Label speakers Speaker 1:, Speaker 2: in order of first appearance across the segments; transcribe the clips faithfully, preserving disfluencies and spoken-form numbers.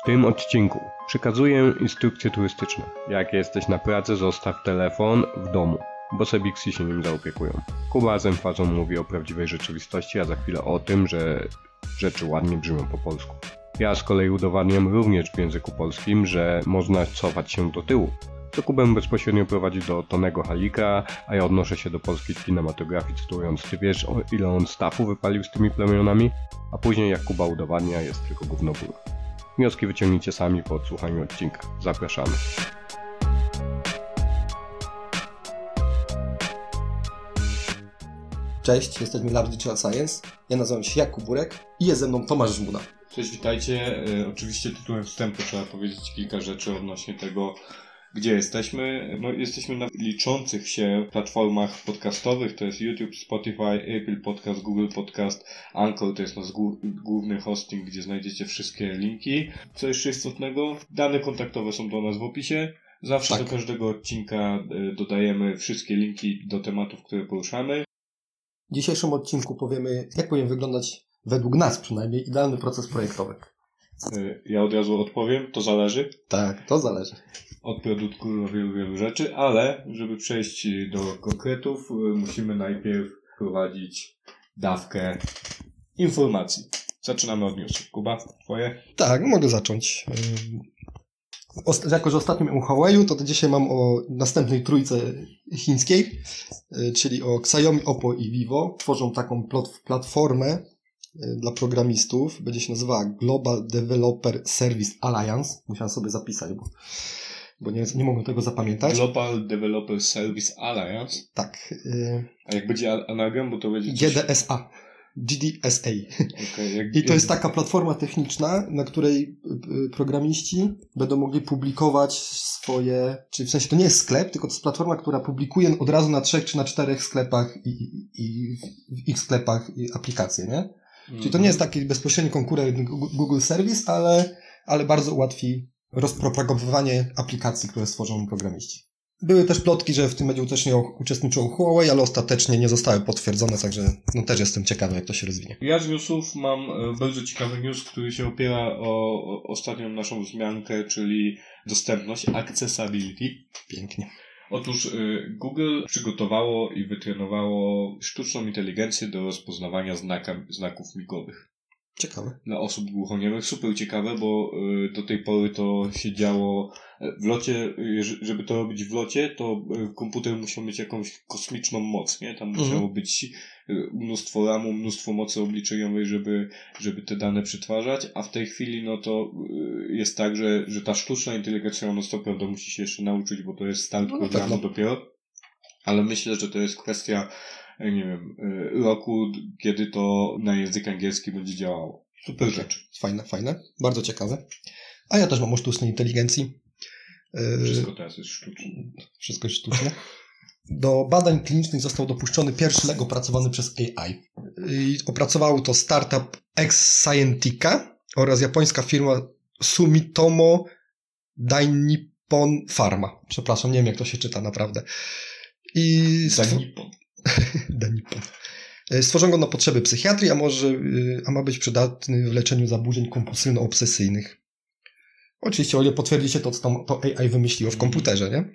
Speaker 1: tym odcinku przekazuję instrukcje turystyczne. Jak jesteś na pracy, zostaw telefon w domu, bo Sebiksi się nim zaopiekują. Kuba z emfazą mówi o prawdziwej rzeczywistości, a za chwilę o tym, że rzeczy ładnie brzmią po polsku. Ja z kolei udowadniam również w języku polskim, że można cofać się do tyłu. Co Kubę bezpośrednio prowadzi do Tonego Halika, a ja odnoszę się do polskiej kinematografii, cytując: ty wiesz, o ile on stafu wypalił z tymi plemionami? A później, jak Kuba udowadnia, jest tylko gówno ból. Wnioski wyciągnijcie sami po odsłuchaniu odcinka. Zapraszamy.
Speaker 2: Cześć, jesteśmy Lab Digital Science. Ja nazywam się Jakub Burek i jest ze mną Tomasz Żmuda.
Speaker 3: Cześć, witajcie. E, oczywiście tytułem wstępu trzeba powiedzieć kilka rzeczy odnośnie tego, gdzie jesteśmy. No, jesteśmy na liczących się platformach podcastowych, to jest YouTube, Spotify, Apple Podcast, Google Podcast, Anchor, to jest nasz główny hosting, gdzie znajdziecie wszystkie linki. Co jeszcze istotnego? Dane kontaktowe są do nas w opisie. Zawsze tak. Do każdego odcinka dodajemy wszystkie linki do tematów, które poruszamy.
Speaker 2: W dzisiejszym odcinku powiemy, jak powinien wyglądać, według nas przynajmniej, idealny proces projektowy.
Speaker 3: Ja od razu odpowiem, to zależy.
Speaker 2: Tak, to zależy.
Speaker 3: Od produktu do wielu, wielu rzeczy, ale żeby przejść do konkretów, musimy najpierw wprowadzić dawkę informacji. Zaczynamy od newsów. Kuba, twoje?
Speaker 2: Tak, mogę zacząć. Osta- jako, że ostatnio miałem o Huawei'u, to dzisiaj mam o następnej trójce chińskiej, czyli o Xiaomi, Oppo i Vivo. Tworzą taką plat- platformę dla programistów. Będzie się nazywała Global Developer Service Alliance. Musiałem sobie zapisać, bo, bo nie, nie mogłem tego zapamiętać.
Speaker 3: Global Developer Service Alliance?
Speaker 2: Tak.
Speaker 3: A jak będzie anagram, bo to będzie coś...
Speaker 2: G D S A. G D S A.
Speaker 3: Okay, jak...
Speaker 2: I to jest taka platforma techniczna, na której programiści będą mogli publikować swoje, czyli w sensie to nie jest sklep, tylko to jest platforma, która publikuje od razu na trzech czy na czterech sklepach i, i, i w ich sklepach aplikacje, nie? Mm-hmm. Czyli to nie jest taki bezpośredni konkurent Google Service, ale, ale bardzo ułatwi rozpropagowywanie aplikacji, które stworzą programiści. Były też plotki, że w tym będzie uczestniczył Huawei, ale ostatecznie nie zostały potwierdzone, także no też jestem ciekawy, jak to się rozwinie.
Speaker 3: Ja z newsów mam bardzo ciekawy news, który się opiera o ostatnią naszą wzmiankę, czyli dostępność, accessibility.
Speaker 2: Pięknie.
Speaker 3: Otóż Google przygotowało i wytrenowało sztuczną inteligencję do rozpoznawania znaka, znaków migowych.
Speaker 2: Ciekawe.
Speaker 3: Dla osób głuchoniemych. Super ciekawe, bo y, do tej pory to się działo w locie. Żeby to robić w locie, to y, komputer musiał mieć jakąś kosmiczną moc, nie? Tam musiało mhm. być y, mnóstwo ramu, mnóstwo mocy obliczeniowej, żeby, żeby te dane przetwarzać, a w tej chwili no to y, jest tak, że, że ta sztuczna inteligencja, ono sto prawda musi się jeszcze nauczyć, bo to jest start
Speaker 2: no,
Speaker 3: programu
Speaker 2: tak, no.
Speaker 3: dopiero, ale myślę, że to jest kwestia nie wiem, roku, kiedy to na język angielski będzie działało. Super rzecz.
Speaker 2: Fajne, fajne. Bardzo ciekawe. A ja też mam o sztucznej inteligencji.
Speaker 3: Wszystko teraz jest sztuczne.
Speaker 2: Wszystko jest sztuczne. Do badań klinicznych został dopuszczony pierwszy lek opracowany przez A I. I opracowało to startup X-Scientica oraz japońska firma Sumitomo Dainippon Pharma. Przepraszam, nie wiem jak to się czyta naprawdę. I
Speaker 3: Dainippon.
Speaker 2: Dainippon. Stworzono go na potrzeby psychiatrii, a może, a ma być przydatny w leczeniu zaburzeń kompulsyjno-obsesyjnych. Oczywiście, o ile potwierdzi się to, co to A I wymyśliło w komputerze, nie?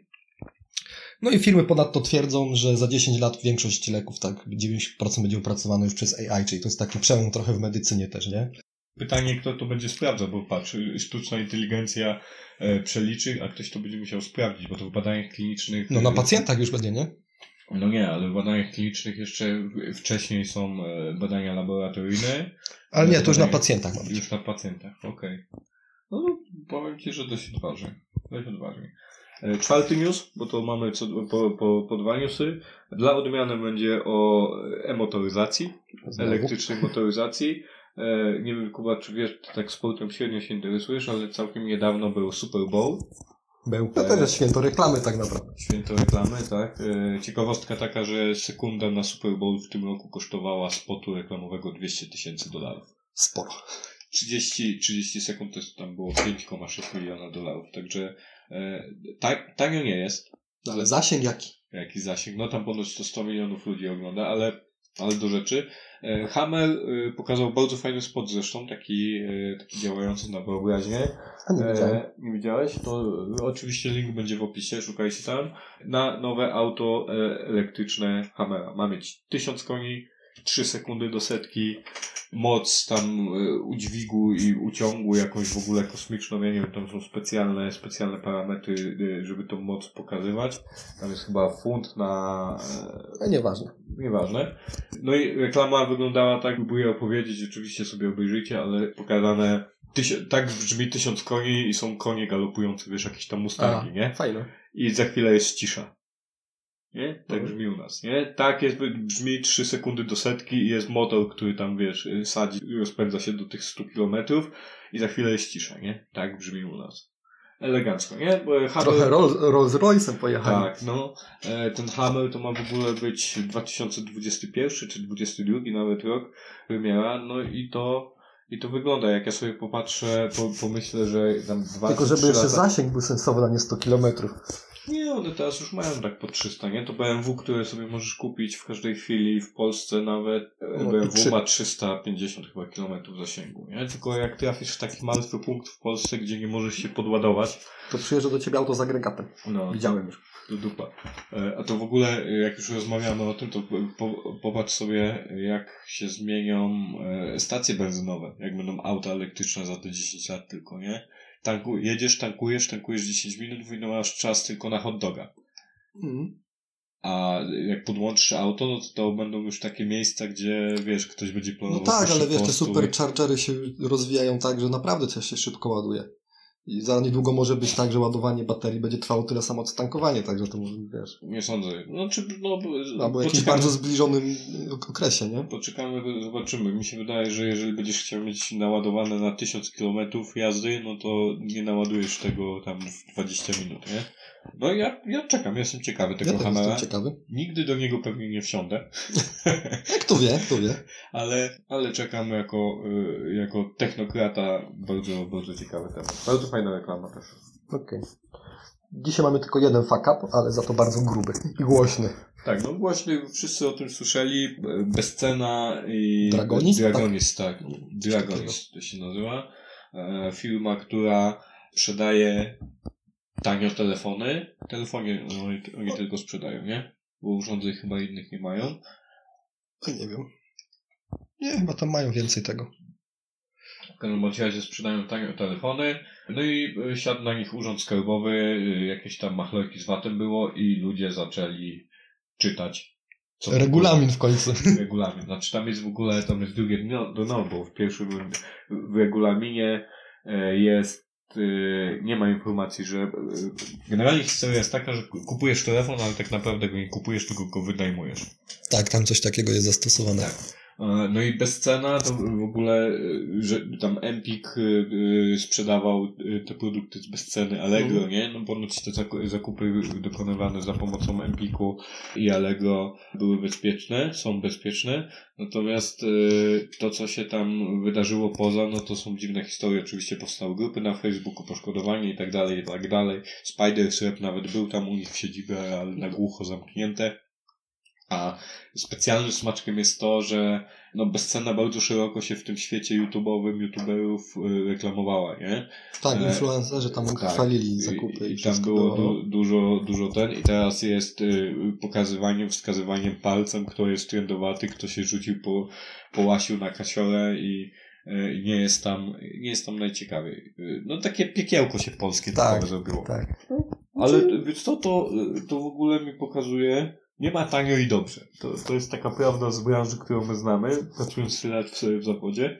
Speaker 2: No i firmy ponadto twierdzą, że za dziesięć lat większość leków, tak, dziewięćdziesiąt procent będzie opracowane już przez A I, czyli to jest taki przełom trochę w medycynie też, nie?
Speaker 3: Pytanie, kto to będzie sprawdzał, bo patrz, sztuczna inteligencja e, przeliczy, a ktoś to będzie musiał sprawdzić, bo to w badaniach klinicznych...
Speaker 2: No na pacjentach już będzie, nie?
Speaker 3: No nie, ale w badaniach klinicznych jeszcze wcześniej są badania laboratoryjne.
Speaker 2: Ale nie, to już na pacjentach.
Speaker 3: Już być. Na pacjentach, okej. Okay. No powiem Ci, że dość odważnie. Dość odważnie. Czwarty news, bo to mamy co, po, po, po dwa newsy. Dla odmiany będzie o e-motoryzacji, Znowu. elektrycznej motoryzacji. Nie wiem, Kuba, czy wiesz, ty tak sportem średnio się interesujesz, ale całkiem niedawno był Super Bowl.
Speaker 2: Był. To też jest święto reklamy tak naprawdę.
Speaker 3: Święto reklamy, tak. Ciekawostka taka, że sekunda na Super Bowl w tym roku kosztowała spotu reklamowego dwieście tysięcy dolarów.
Speaker 2: Sporo.
Speaker 3: trzydzieści, trzydzieści sekund to jest, tam było pięć przecinek sześć miliona dolarów, także e, ta, tanio nie jest.
Speaker 2: Ale zasięg jaki?
Speaker 3: Jaki zasięg? No tam ponoć to sto milionów ludzi ogląda, ale ale do rzeczy. Hammer pokazał bardzo fajny spot zresztą, taki, taki działający na wyobraźnię.
Speaker 2: A nie widziałem.
Speaker 3: E, nie widziałeś? To oczywiście link będzie w opisie, szukajcie tam. Na nowe auto elektryczne Hammera. Ma mieć tysiąc koni, trzy sekundy do setki, moc tam udźwigu i uciągu jakąś w ogóle kosmiczną, ja nie wiem, tam są specjalne, specjalne parametry, żeby tą moc pokazywać. Tam jest chyba funt na...
Speaker 2: A nieważne.
Speaker 3: Nieważne. No i reklama wyglądała tak, próbuję opowiedzieć, oczywiście sobie obejrzyjcie, ale pokazane tysi- tak brzmi tysiąc koni i są konie galopujące, wiesz, jakieś tam mustangi,
Speaker 2: A,
Speaker 3: nie?
Speaker 2: fajne.
Speaker 3: I za chwilę jest cisza. Nie? Tak
Speaker 2: Mhm.
Speaker 3: brzmi u nas, nie? Tak jest, brzmi trzy sekundy do setki i jest motor, który tam, wiesz, sadzi, rozpędza się do tych stu kilometrów i za chwilę jest cisza, nie? Tak brzmi u nas. Elegancko, nie? Bo Hammer...
Speaker 2: Trochę Rolls, Rolls Royce'em pojechali.
Speaker 3: Tak, no. E, ten Hammer to ma w ogóle być dwa tysiące dwudziesty pierwszy czy dwudziesty drugi nawet rok premiera, no i to i to wygląda, jak ja sobie popatrzę, po, pomyślę, że tam dwa
Speaker 2: Tylko żeby
Speaker 3: trzy
Speaker 2: jeszcze
Speaker 3: lata...
Speaker 2: zasięg był sensowny na nie sto kilometrów.
Speaker 3: Nie, one teraz już mają tak po trzysta, nie? To B M W, które sobie możesz kupić w każdej chwili, w Polsce nawet,
Speaker 2: No,
Speaker 3: B M W
Speaker 2: trzy-
Speaker 3: ma trzysta pięćdziesiąt chyba kilometrów zasięgu, nie? Tylko jak trafisz w taki martwy punkt w Polsce, gdzie nie możesz się podładować,
Speaker 2: To przyjeżdża do ciebie auto z agregatem.
Speaker 3: no,
Speaker 2: Widziałem już.
Speaker 3: to dupa. E, A to w ogóle, jak już rozmawiamy o tym, to po, popatrz sobie, jak się zmienią e, stacje benzynowe, jak będą auta elektryczne za te dziesięć lat tylko, nie? Tanku, jedziesz, tankujesz, tankujesz dziesięć minut, i masz czas tylko na hot doga.
Speaker 2: Mhm.
Speaker 3: A jak podłączysz auto, no to, to będą już takie miejsca, gdzie, wiesz, ktoś będzie
Speaker 2: No
Speaker 3: planował.
Speaker 2: tak, ale wiesz, te
Speaker 3: postój.
Speaker 2: superchargery się rozwijają tak, że naprawdę coś się szybko ładuje. I za niedługo może być tak, że ładowanie baterii będzie trwało tyle samo co tankowanie, także to może, wiesz,
Speaker 3: Nie sądzę. No, czy, no,
Speaker 2: albo w jakimś
Speaker 3: poczekamy-
Speaker 2: bardzo zbliżonym okresie, nie?
Speaker 3: Poczekamy, zobaczymy. Mi się wydaje, że jeżeli będziesz chciał mieć naładowane na tysiąc kilometrów jazdy, no to nie naładujesz tego tam w dwadzieścia minut, nie? No ja, ja czekam, jestem ciekawy tego
Speaker 2: Ja też
Speaker 3: Hammera.
Speaker 2: jestem ciekawy.
Speaker 3: Nigdy do niego pewnie nie wsiądę,
Speaker 2: Jak kto wie, kto wie.
Speaker 3: ale, ale czekam jako, y, jako technokrata. Bardzo, bardzo ciekawy temat. Bardzo fajna reklama też.
Speaker 2: Okej. Dzisiaj mamy tylko jeden fuck up, ale za to bardzo gruby i głośny.
Speaker 3: Tak, no właśnie wszyscy o tym słyszeli. Bezcena i...
Speaker 2: Dragonist?
Speaker 3: Dragonist, tak.
Speaker 2: tak.
Speaker 3: Dragonist to się nazywa. E, firma, która sprzedaje tanio telefony. Telefony no, oni, oni tylko sprzedają, nie? Bo urządzeń chyba innych nie mają.
Speaker 2: No nie wiem. Nie, chyba tam mają więcej tego.
Speaker 3: W każdym bądź razie sprzedają tanio telefony. No i y, siadł na nich urząd skarbowy, y, jakieś tam machlojki z watem było i ludzie zaczęli czytać. Co w
Speaker 2: Regulamin w końcu.
Speaker 3: regulamin. Znaczy tam jest w ogóle, tam jest drugie dno, dno bo w pierwszym w regulaminie e, jest, e, nie ma informacji, że e, generalnie historia jest taka, że kupujesz telefon, ale tak naprawdę go nie kupujesz, tylko go wynajmujesz.
Speaker 2: Tak, tam coś takiego jest zastosowane.
Speaker 3: Tak. E, No i bezcena to w ogóle, e, że tam Empik e, e, sprzedawał e, te produkty z bezceny Allegro,
Speaker 2: Mhm.
Speaker 3: nie? No ponoć te zaku- zakupy dokonywane za pomocą Empiku i Allegro były bezpieczne, są bezpieczne. Natomiast e, to, co się tam wydarzyło poza, no to są dziwne historie. Oczywiście powstały grupy na Facebooku, poszkodowanie i tak dalej, i tak dalej. Spider-Swap nawet był tam u nich w siedzibie, ale na głucho zamknięte. A specjalnym smaczkiem jest to, że no bezcena bardzo szeroko się w tym świecie YouTube'owym, YouTuberów y, reklamowała, nie?
Speaker 2: Tak,
Speaker 3: E,
Speaker 2: influencerzy tam
Speaker 3: tak.
Speaker 2: chwalili zakupy.
Speaker 3: I,
Speaker 2: I
Speaker 3: i tam
Speaker 2: wszystko
Speaker 3: było du, dużo, dużo ten i teraz jest y, pokazywaniem, wskazywaniem palcem, kto jest trendowaty, kto się rzucił po, po łasiu na kasiorę i y, nie jest tam, nie jest tam najciekawiej. Y, no takie piekiełko się polskie
Speaker 2: Tak,
Speaker 3: typowe zrobiło.
Speaker 2: Tak.
Speaker 3: Ale wiesz co, to, to w ogóle mi pokazuje, nie ma tanio i dobrze. To, to jest taka prawda z branży, którą my znamy, pracując tyle lat w, w zawodzie,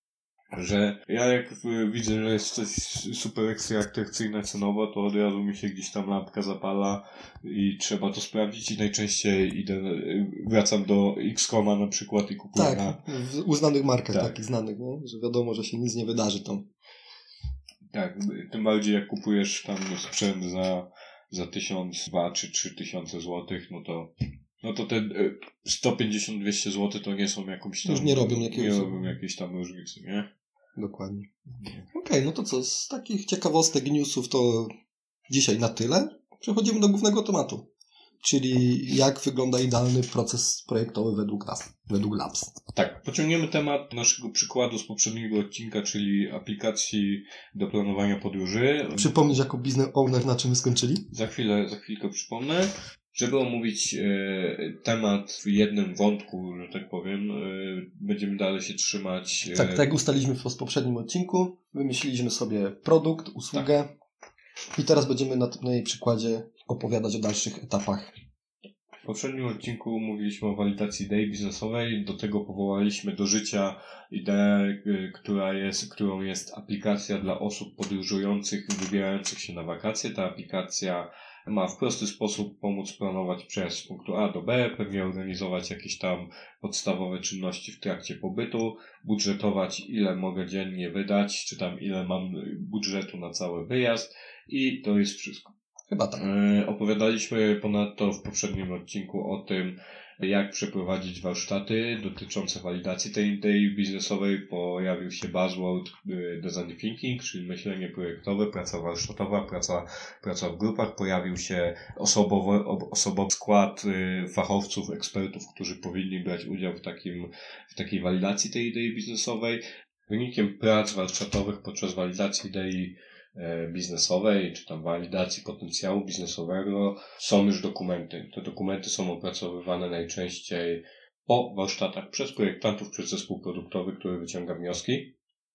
Speaker 3: że ja jak w, widzę, że jest coś super ekstra atrakcyjne cenowo, to od razu mi się gdzieś tam lampka zapala i trzeba to sprawdzić i najczęściej idę, wracam do X koma na przykład i kupuję
Speaker 2: Tak,
Speaker 3: na...
Speaker 2: w uznanych markach
Speaker 3: Tak.
Speaker 2: takich znanych, nie? Że wiadomo, że się nic nie wydarzy tam.
Speaker 3: Tak, tym bardziej jak kupujesz tam sprzęt za, za tysiąc, dwa czy trzy tysiące złotych, no to, no to te e, sto pięćdziesiąt do dwieście złotych to nie są jakąś tam,
Speaker 2: Już nie robią jakiegoś-
Speaker 3: nie robią jakiejś tam różnicy, nie?
Speaker 2: Dokładnie. Okej, no to co, z takich ciekawostek, newsów to dzisiaj na tyle. Przechodzimy do głównego tematu. czyli jak wygląda idealny proces projektowy według nas, według Labs.
Speaker 3: Tak, pociągniemy temat naszego przykładu z poprzedniego odcinka, czyli aplikacji do planowania podróży.
Speaker 2: Przypomnieć jako business owner, na czym my skończyli?
Speaker 3: Za chwilę, za chwilkę przypomnę. Żeby omówić e, temat w jednym wątku, że tak powiem, e, będziemy dalej się trzymać. E,
Speaker 2: Tak, tak jak ustaliliśmy w poprzednim odcinku, wymyśliliśmy sobie produkt, usługę tak. I teraz będziemy na tym na jej przykładzie opowiadać o dalszych etapach.
Speaker 3: W poprzednim odcinku mówiliśmy o walidacji idei biznesowej, do tego powołaliśmy do życia ideę, która jest, którą jest aplikacja dla osób podróżujących, wybierających się na wakacje. Ta aplikacja ma w prosty sposób pomóc planować przejazd z punktu A do B, pewnie organizować jakieś tam podstawowe czynności w trakcie pobytu, budżetować ile mogę dziennie wydać, czy tam ile mam budżetu na cały wyjazd i to jest wszystko.
Speaker 2: Chyba tak.
Speaker 3: E, opowiadaliśmy ponadto w poprzednim odcinku o tym, jak przeprowadzić warsztaty dotyczące walidacji tej idei biznesowej. Pojawił się buzzword design thinking, czyli myślenie projektowe, praca warsztatowa, praca, praca w grupach. Pojawił się osobowy, osobowy skład fachowców, ekspertów, którzy powinni brać udział w takim, w takiej walidacji tej idei biznesowej. Wynikiem prac warsztatowych podczas walidacji idei biznesowej, czy tam walidacji potencjału biznesowego są już dokumenty. Te dokumenty są opracowywane najczęściej po warsztatach przez projektantów, przez zespół produktowy, który wyciąga wnioski.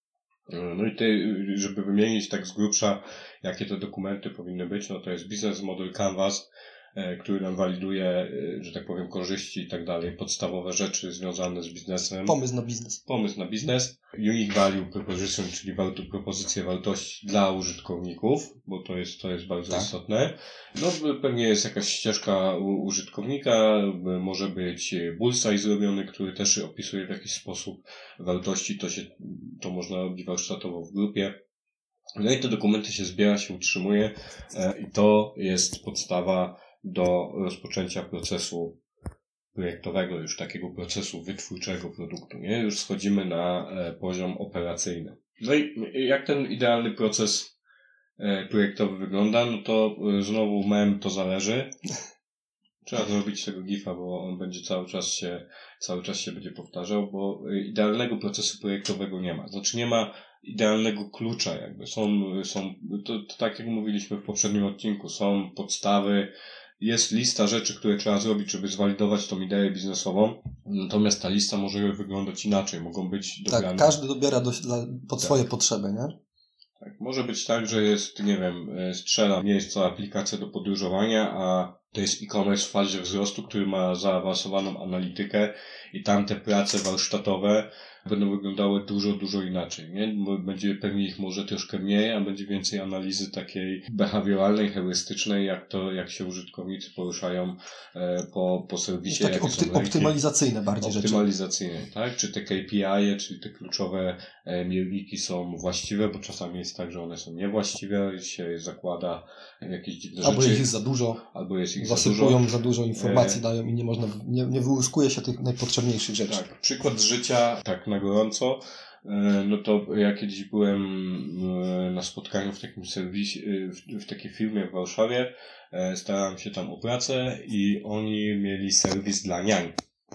Speaker 3: No i te, żeby wymienić tak z grubsza, jakie te dokumenty powinny być, no to jest Business Model Canvas, który nam waliduje, że tak powiem, korzyści i tak dalej, podstawowe rzeczy związane z biznesem.
Speaker 2: Pomysł na biznes.
Speaker 3: Pomysł na biznes. Unique Value Proposition, czyli warto, propozycje wartości dla użytkowników, bo to jest, to jest bardzo tak. istotne. No pewnie jest jakaś ścieżka u, użytkownika, może być bullseye zrobiony, który też opisuje w jakiś sposób wartości, to się, to można robić warsztatowo w grupie. No i te dokumenty się zbiera, się utrzymuje e, i to jest podstawa do rozpoczęcia procesu projektowego, już takiego procesu wytwórczego produktu, nie? Już schodzimy na e, poziom operacyjny. No i jak ten idealny proces e, projektowy wygląda? No to e, znowu mem to zależy. Trzeba zrobić tego gifa, bo on będzie cały czas się, cały czas się będzie powtarzał, bo idealnego procesu projektowego nie ma. Znaczy nie ma idealnego klucza jakby. Są, są, to, to tak jak mówiliśmy w poprzednim odcinku, są podstawy, jest lista rzeczy, które trzeba zrobić, żeby zwalidować tą ideę biznesową, natomiast ta lista może wyglądać inaczej, mogą być dobrane.
Speaker 2: Tak, każdy dobiera do, dla, pod tak. swoje potrzeby, nie?
Speaker 3: Tak, może być tak, że jest, nie wiem, strzela miejsca aplikacja do podróżowania, a to jest e-commerce w fazie wzrostu, który ma zaawansowaną analitykę i tam te prace warsztatowe będą wyglądały dużo, dużo inaczej, nie? Będzie pewnie ich może troszkę mniej, a będzie więcej analizy takiej behawioralnej, heurystycznej, jak to, jak się użytkownicy poruszają e, po, po serwisie.
Speaker 2: Takie opty, optymalizacyjne bardziej rzeczy.
Speaker 3: Optymalizacyjne, tak? Czy te K P I, czyli te kluczowe e, mierniki są właściwe, bo czasami jest tak, że one są niewłaściwe, się zakłada jakieś dziwne
Speaker 2: albo
Speaker 3: rzeczy.
Speaker 2: Albo jest za dużo.
Speaker 3: Albo jest ich
Speaker 2: zasypują
Speaker 3: za dużo.
Speaker 2: za dużo informacji, e... dają i nie można, nie, nie wyłuskuje się tych najpotrzebniejszych rzeczy.
Speaker 3: Tak, przykład z życia, tak na gorąco, no to ja kiedyś byłem na spotkaniu w takim serwisie, w, w takiej firmie w Warszawie, starałem się tam o pracę i oni mieli serwis dla niań.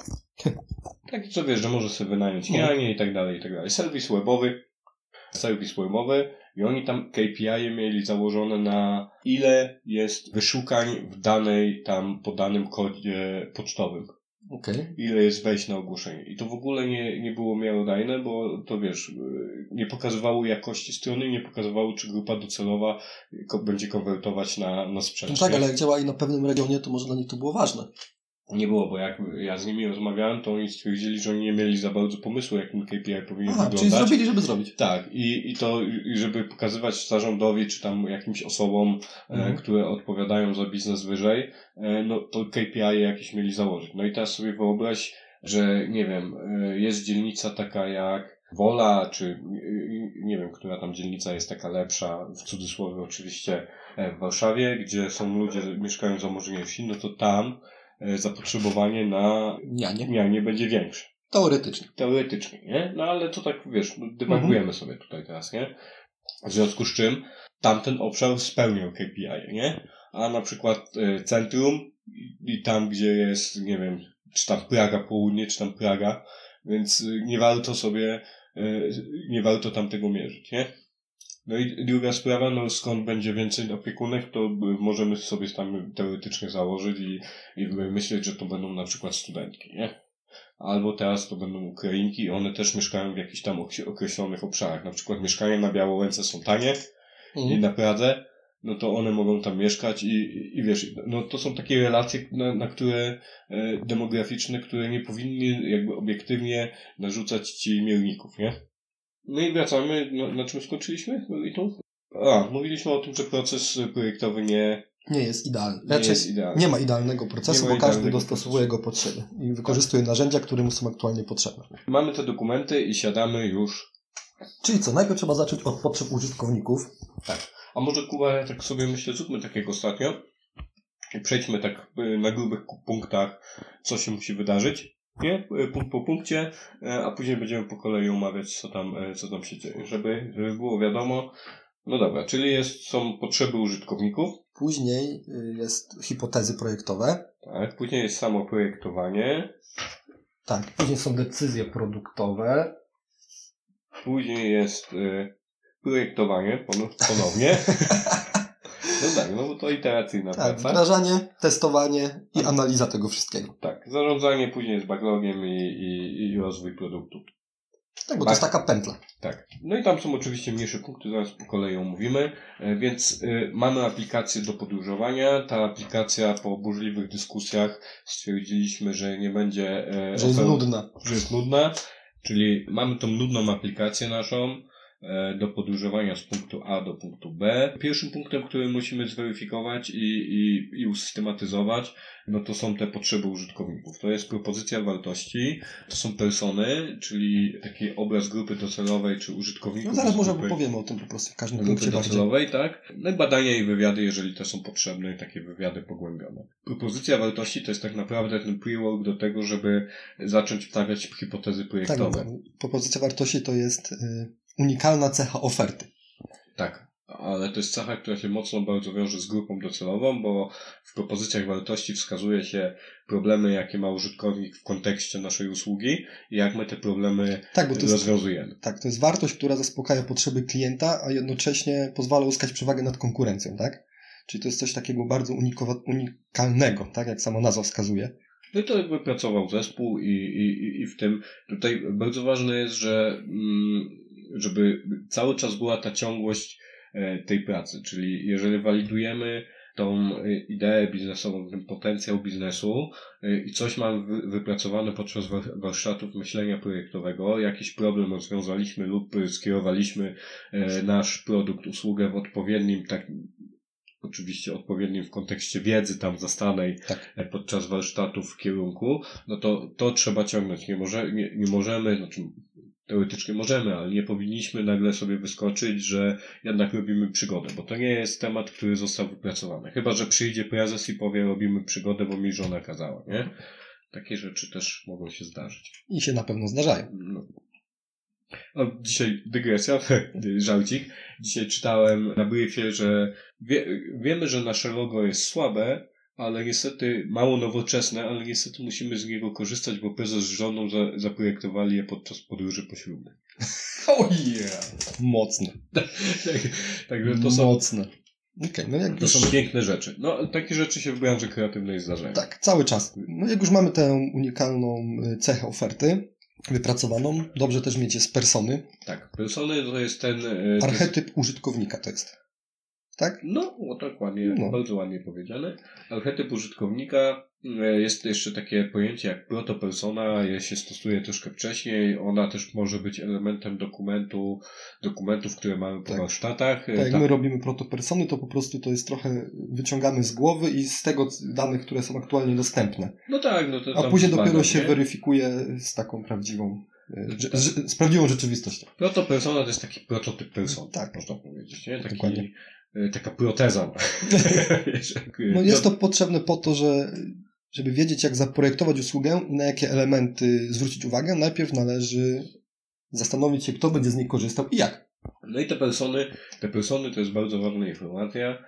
Speaker 3: Tak, co wiesz, że możesz sobie wynająć nianie i tak dalej, i tak dalej. Serwis webowy, serwis webowy i oni tam K P I mieli założone na ile jest wyszukań w danej tam podanym kodzie pocztowym.
Speaker 2: Okay.
Speaker 3: Ile jest wejść na ogłoszenie. I to w ogóle nie, nie było miarodajne, bo to wiesz, nie pokazywało jakości strony, nie pokazywało, czy grupa docelowa będzie konwertować na, na sprzedaż.
Speaker 2: No tak, ale jak działali na pewnym regionie, to może dla nich to było ważne.
Speaker 3: Nie było, bo jak ja z nimi rozmawiałem, to oni stwierdzili, że oni nie mieli za bardzo pomysłu, jakim K P I powinien
Speaker 2: Aha,
Speaker 3: wyglądać.
Speaker 2: Czyli zrobili, żeby zrobić.
Speaker 3: Tak, i, i to, i żeby pokazywać zarządowi, czy tam jakimś osobom, mhm. e, które odpowiadają za biznes wyżej, e, no to K P I jakieś mieli założyć. No i teraz sobie wyobraź, że nie wiem, e, jest dzielnica taka jak Wola, czy nie wiem, która tam dzielnica jest taka lepsza, w cudzysłowie oczywiście, e, w Warszawie, gdzie są ludzie, mieszkają zamożnej wsi, no to tam zapotrzebowanie na
Speaker 2: nianie.
Speaker 3: nianie będzie większe.
Speaker 2: Teoretycznie.
Speaker 3: Teoretycznie, nie? No ale to tak, wiesz, dywagujemy mhm. sobie tutaj teraz, nie? W związku z czym tamten obszar spełniał K P I, nie? A na przykład y, centrum i tam, gdzie jest, nie wiem, czy tam Praga Południe, czy tam Praga, więc nie warto sobie, nie warto tam tego mierzyć, nie? No i druga sprawa, no skąd będzie więcej opiekunek, to możemy sobie tam teoretycznie założyć i, i myśleć, że to będą na przykład studentki, nie? Albo teraz to będą Ukrainki i one też mieszkają w jakichś tam określonych obszarach. Na przykład mieszkania na Białołęce są tanie
Speaker 2: Mhm.
Speaker 3: i na Pradze, no to one mogą tam mieszkać i, i, i wiesz, no to są takie relacje, na, na które e, demograficzne, które nie powinny jakby obiektywnie narzucać ci mierników, nie? No i wracamy, no, na czym skończyliśmy? A, mówiliśmy o tym, że proces projektowy nie,
Speaker 2: Nie jest idealny.
Speaker 3: nie
Speaker 2: Znaczy,
Speaker 3: jest idealny.
Speaker 2: nie ma idealnego procesu,
Speaker 3: Nie ma
Speaker 2: bo każdy
Speaker 3: idealnego
Speaker 2: dostosowuje go pod siebie i wykorzystuje narzędzia, które mu są aktualnie potrzebne.
Speaker 3: Mamy te dokumenty i siadamy już.
Speaker 2: Czyli co, najpierw trzeba zacząć od potrzeb użytkowników.
Speaker 3: Tak. A może Kuba, ja tak sobie myślę, zróbmy tak jak ostatnio i przejdźmy tak y, na grubych punktach, co się musi wydarzyć, nie? Y, Punkt po punkcie, y, a później będziemy po kolei omawiać, co tam, y, co tam się dzieje, żeby, żeby było wiadomo. No dobra, czyli jest, są potrzeby użytkowników.
Speaker 2: Później y, jest hipotezy projektowe.
Speaker 3: Tak, później jest samo projektowanie.
Speaker 2: Tak, później są decyzje produktowe.
Speaker 3: Później jest y, projektowanie ponu- ponownie. No tak, no bo to iteracyjna
Speaker 2: Tak,
Speaker 3: praca.
Speaker 2: wdrażanie, testowanie i analiza tego wszystkiego.
Speaker 3: Tak, zarządzanie później jest backlogiem i, i, i rozwój produktu.
Speaker 2: Tak, bo to jest taka pętla.
Speaker 3: Tak. No i tam są oczywiście mniejsze punkty, zaraz po kolei omówimy. E, Więc y, mamy aplikację do podróżowania. Ta aplikacja po burzliwych dyskusjach stwierdziliśmy, że nie będzie... E,
Speaker 2: Że jest
Speaker 3: ofer-
Speaker 2: nudna.
Speaker 3: Że jest nudna. Czyli mamy tą nudną aplikację naszą e, do podróżowania z punktu A do punktu B. Pierwszym punktem, który musimy zweryfikować i, i, i usystematyzować, no to są te potrzeby użytkowników. To jest propozycja wartości, to są persony, czyli taki obraz grupy docelowej czy użytkowników.
Speaker 2: No zaraz
Speaker 3: z
Speaker 2: może
Speaker 3: grupy-
Speaker 2: powiemy o tym po prostu w każdym
Speaker 3: grupy
Speaker 2: punkcie bardziej.
Speaker 3: docelowej, tak? No i badania i wywiady, jeżeli te są potrzebne, takie wywiady pogłębione. Propozycja wartości to jest tak naprawdę ten pre-work do tego, żeby zacząć wstawiać hipotezy
Speaker 2: Tak,
Speaker 3: projektowe.
Speaker 2: no, propozycja wartości to jest y, unikalna cecha oferty.
Speaker 3: Tak, ale to jest cecha, która się mocno bardzo wiąże z grupą docelową, bo w propozycjach wartości wskazuje się problemy, jakie ma użytkownik w kontekście naszej usługi i jak my te problemy
Speaker 2: Tak, bo to jest,
Speaker 3: rozwiązujemy.
Speaker 2: tak, to jest wartość, która zaspokaja potrzeby klienta, a jednocześnie pozwala uzyskać przewagę nad konkurencją, tak? Czyli to jest coś takiego bardzo unikowa- unikalnego, tak jak sama nazwa wskazuje.
Speaker 3: No i to jakby pracował zespół i, i, i w tym tutaj bardzo ważne jest, że mm, żeby cały czas była ta ciągłość e, tej pracy, czyli jeżeli walidujemy tą e, ideę biznesową, ten potencjał biznesu e, i coś mamy wy, wypracowane podczas war- warsztatów myślenia projektowego, jakiś problem rozwiązaliśmy lub skierowaliśmy e, nasz produkt, usługę w odpowiednim, tak oczywiście odpowiednim w kontekście wiedzy tam zastanej
Speaker 2: Tak.
Speaker 3: e, podczas warsztatów w kierunku, no to to trzeba ciągnąć. Nie, może, nie, nie możemy, znaczy teoretycznie możemy, ale nie powinniśmy nagle sobie wyskoczyć, że jednak robimy przygodę, bo to nie jest temat, który został wypracowany. Chyba że przyjdzie prezes i powie, robimy przygodę, bo mi żona kazała, nie? Takie rzeczy też mogą się zdarzyć.
Speaker 2: I się na pewno zdarzają.
Speaker 3: No. O, dzisiaj dygresja, żarcik. Dzisiaj czytałem na briefie, że wie, wiemy, że nasze logo jest słabe, ale niestety mało nowoczesne, ale niestety musimy z niego korzystać, bo prezes z żoną za, zaprojektowali je podczas podróży poślubnej.
Speaker 2: Oh yeah! Mocne.
Speaker 3: Także to są,
Speaker 2: Mocne. Okej, no jak
Speaker 3: to
Speaker 2: już...
Speaker 3: są piękne rzeczy. No, takie rzeczy się w branży kreatywnej zdarzają.
Speaker 2: Tak, cały czas. No jak już mamy tę unikalną y, cechę oferty wypracowaną, dobrze też mieć je z persony.
Speaker 3: Tak, persony to jest ten... e, to jest,
Speaker 2: Archetyp użytkownika to jest. Tak?
Speaker 3: no, o tak ładnie,
Speaker 2: No.
Speaker 3: bardzo ładnie powiedziane. Archetyp użytkownika, e, jest jeszcze takie pojęcie jak protopersona, je się stosuje troszkę wcześniej. Ona też może być elementem dokumentu, dokumentów, które mamy po
Speaker 2: Tak.
Speaker 3: warsztatach. E,
Speaker 2: Tak jak
Speaker 3: tam-
Speaker 2: my robimy protopersony, to po prostu to jest trochę wyciągamy z głowy i z tego danych, które są aktualnie dostępne.
Speaker 3: No tak, no to
Speaker 2: A
Speaker 3: tam
Speaker 2: później
Speaker 3: z
Speaker 2: dopiero
Speaker 3: badań,
Speaker 2: się
Speaker 3: nie?
Speaker 2: weryfikuje z taką prawdziwą, y,
Speaker 3: Tak.
Speaker 2: z, z prawdziwą rzeczywistością.
Speaker 3: Protopersona to jest taki prototyp persony,
Speaker 2: Tak.
Speaker 3: można powiedzieć, nie? Taki,
Speaker 2: Dokładnie.
Speaker 3: e, taka proteza. Wiesz, jak-
Speaker 2: No jest to potrzebne po to, że żeby wiedzieć, jak zaprojektować usługę i na jakie elementy zwrócić uwagę, najpierw należy zastanowić się, kto będzie z niej korzystał i jak.
Speaker 3: No i te persony, te persony to jest bardzo ważna informacja.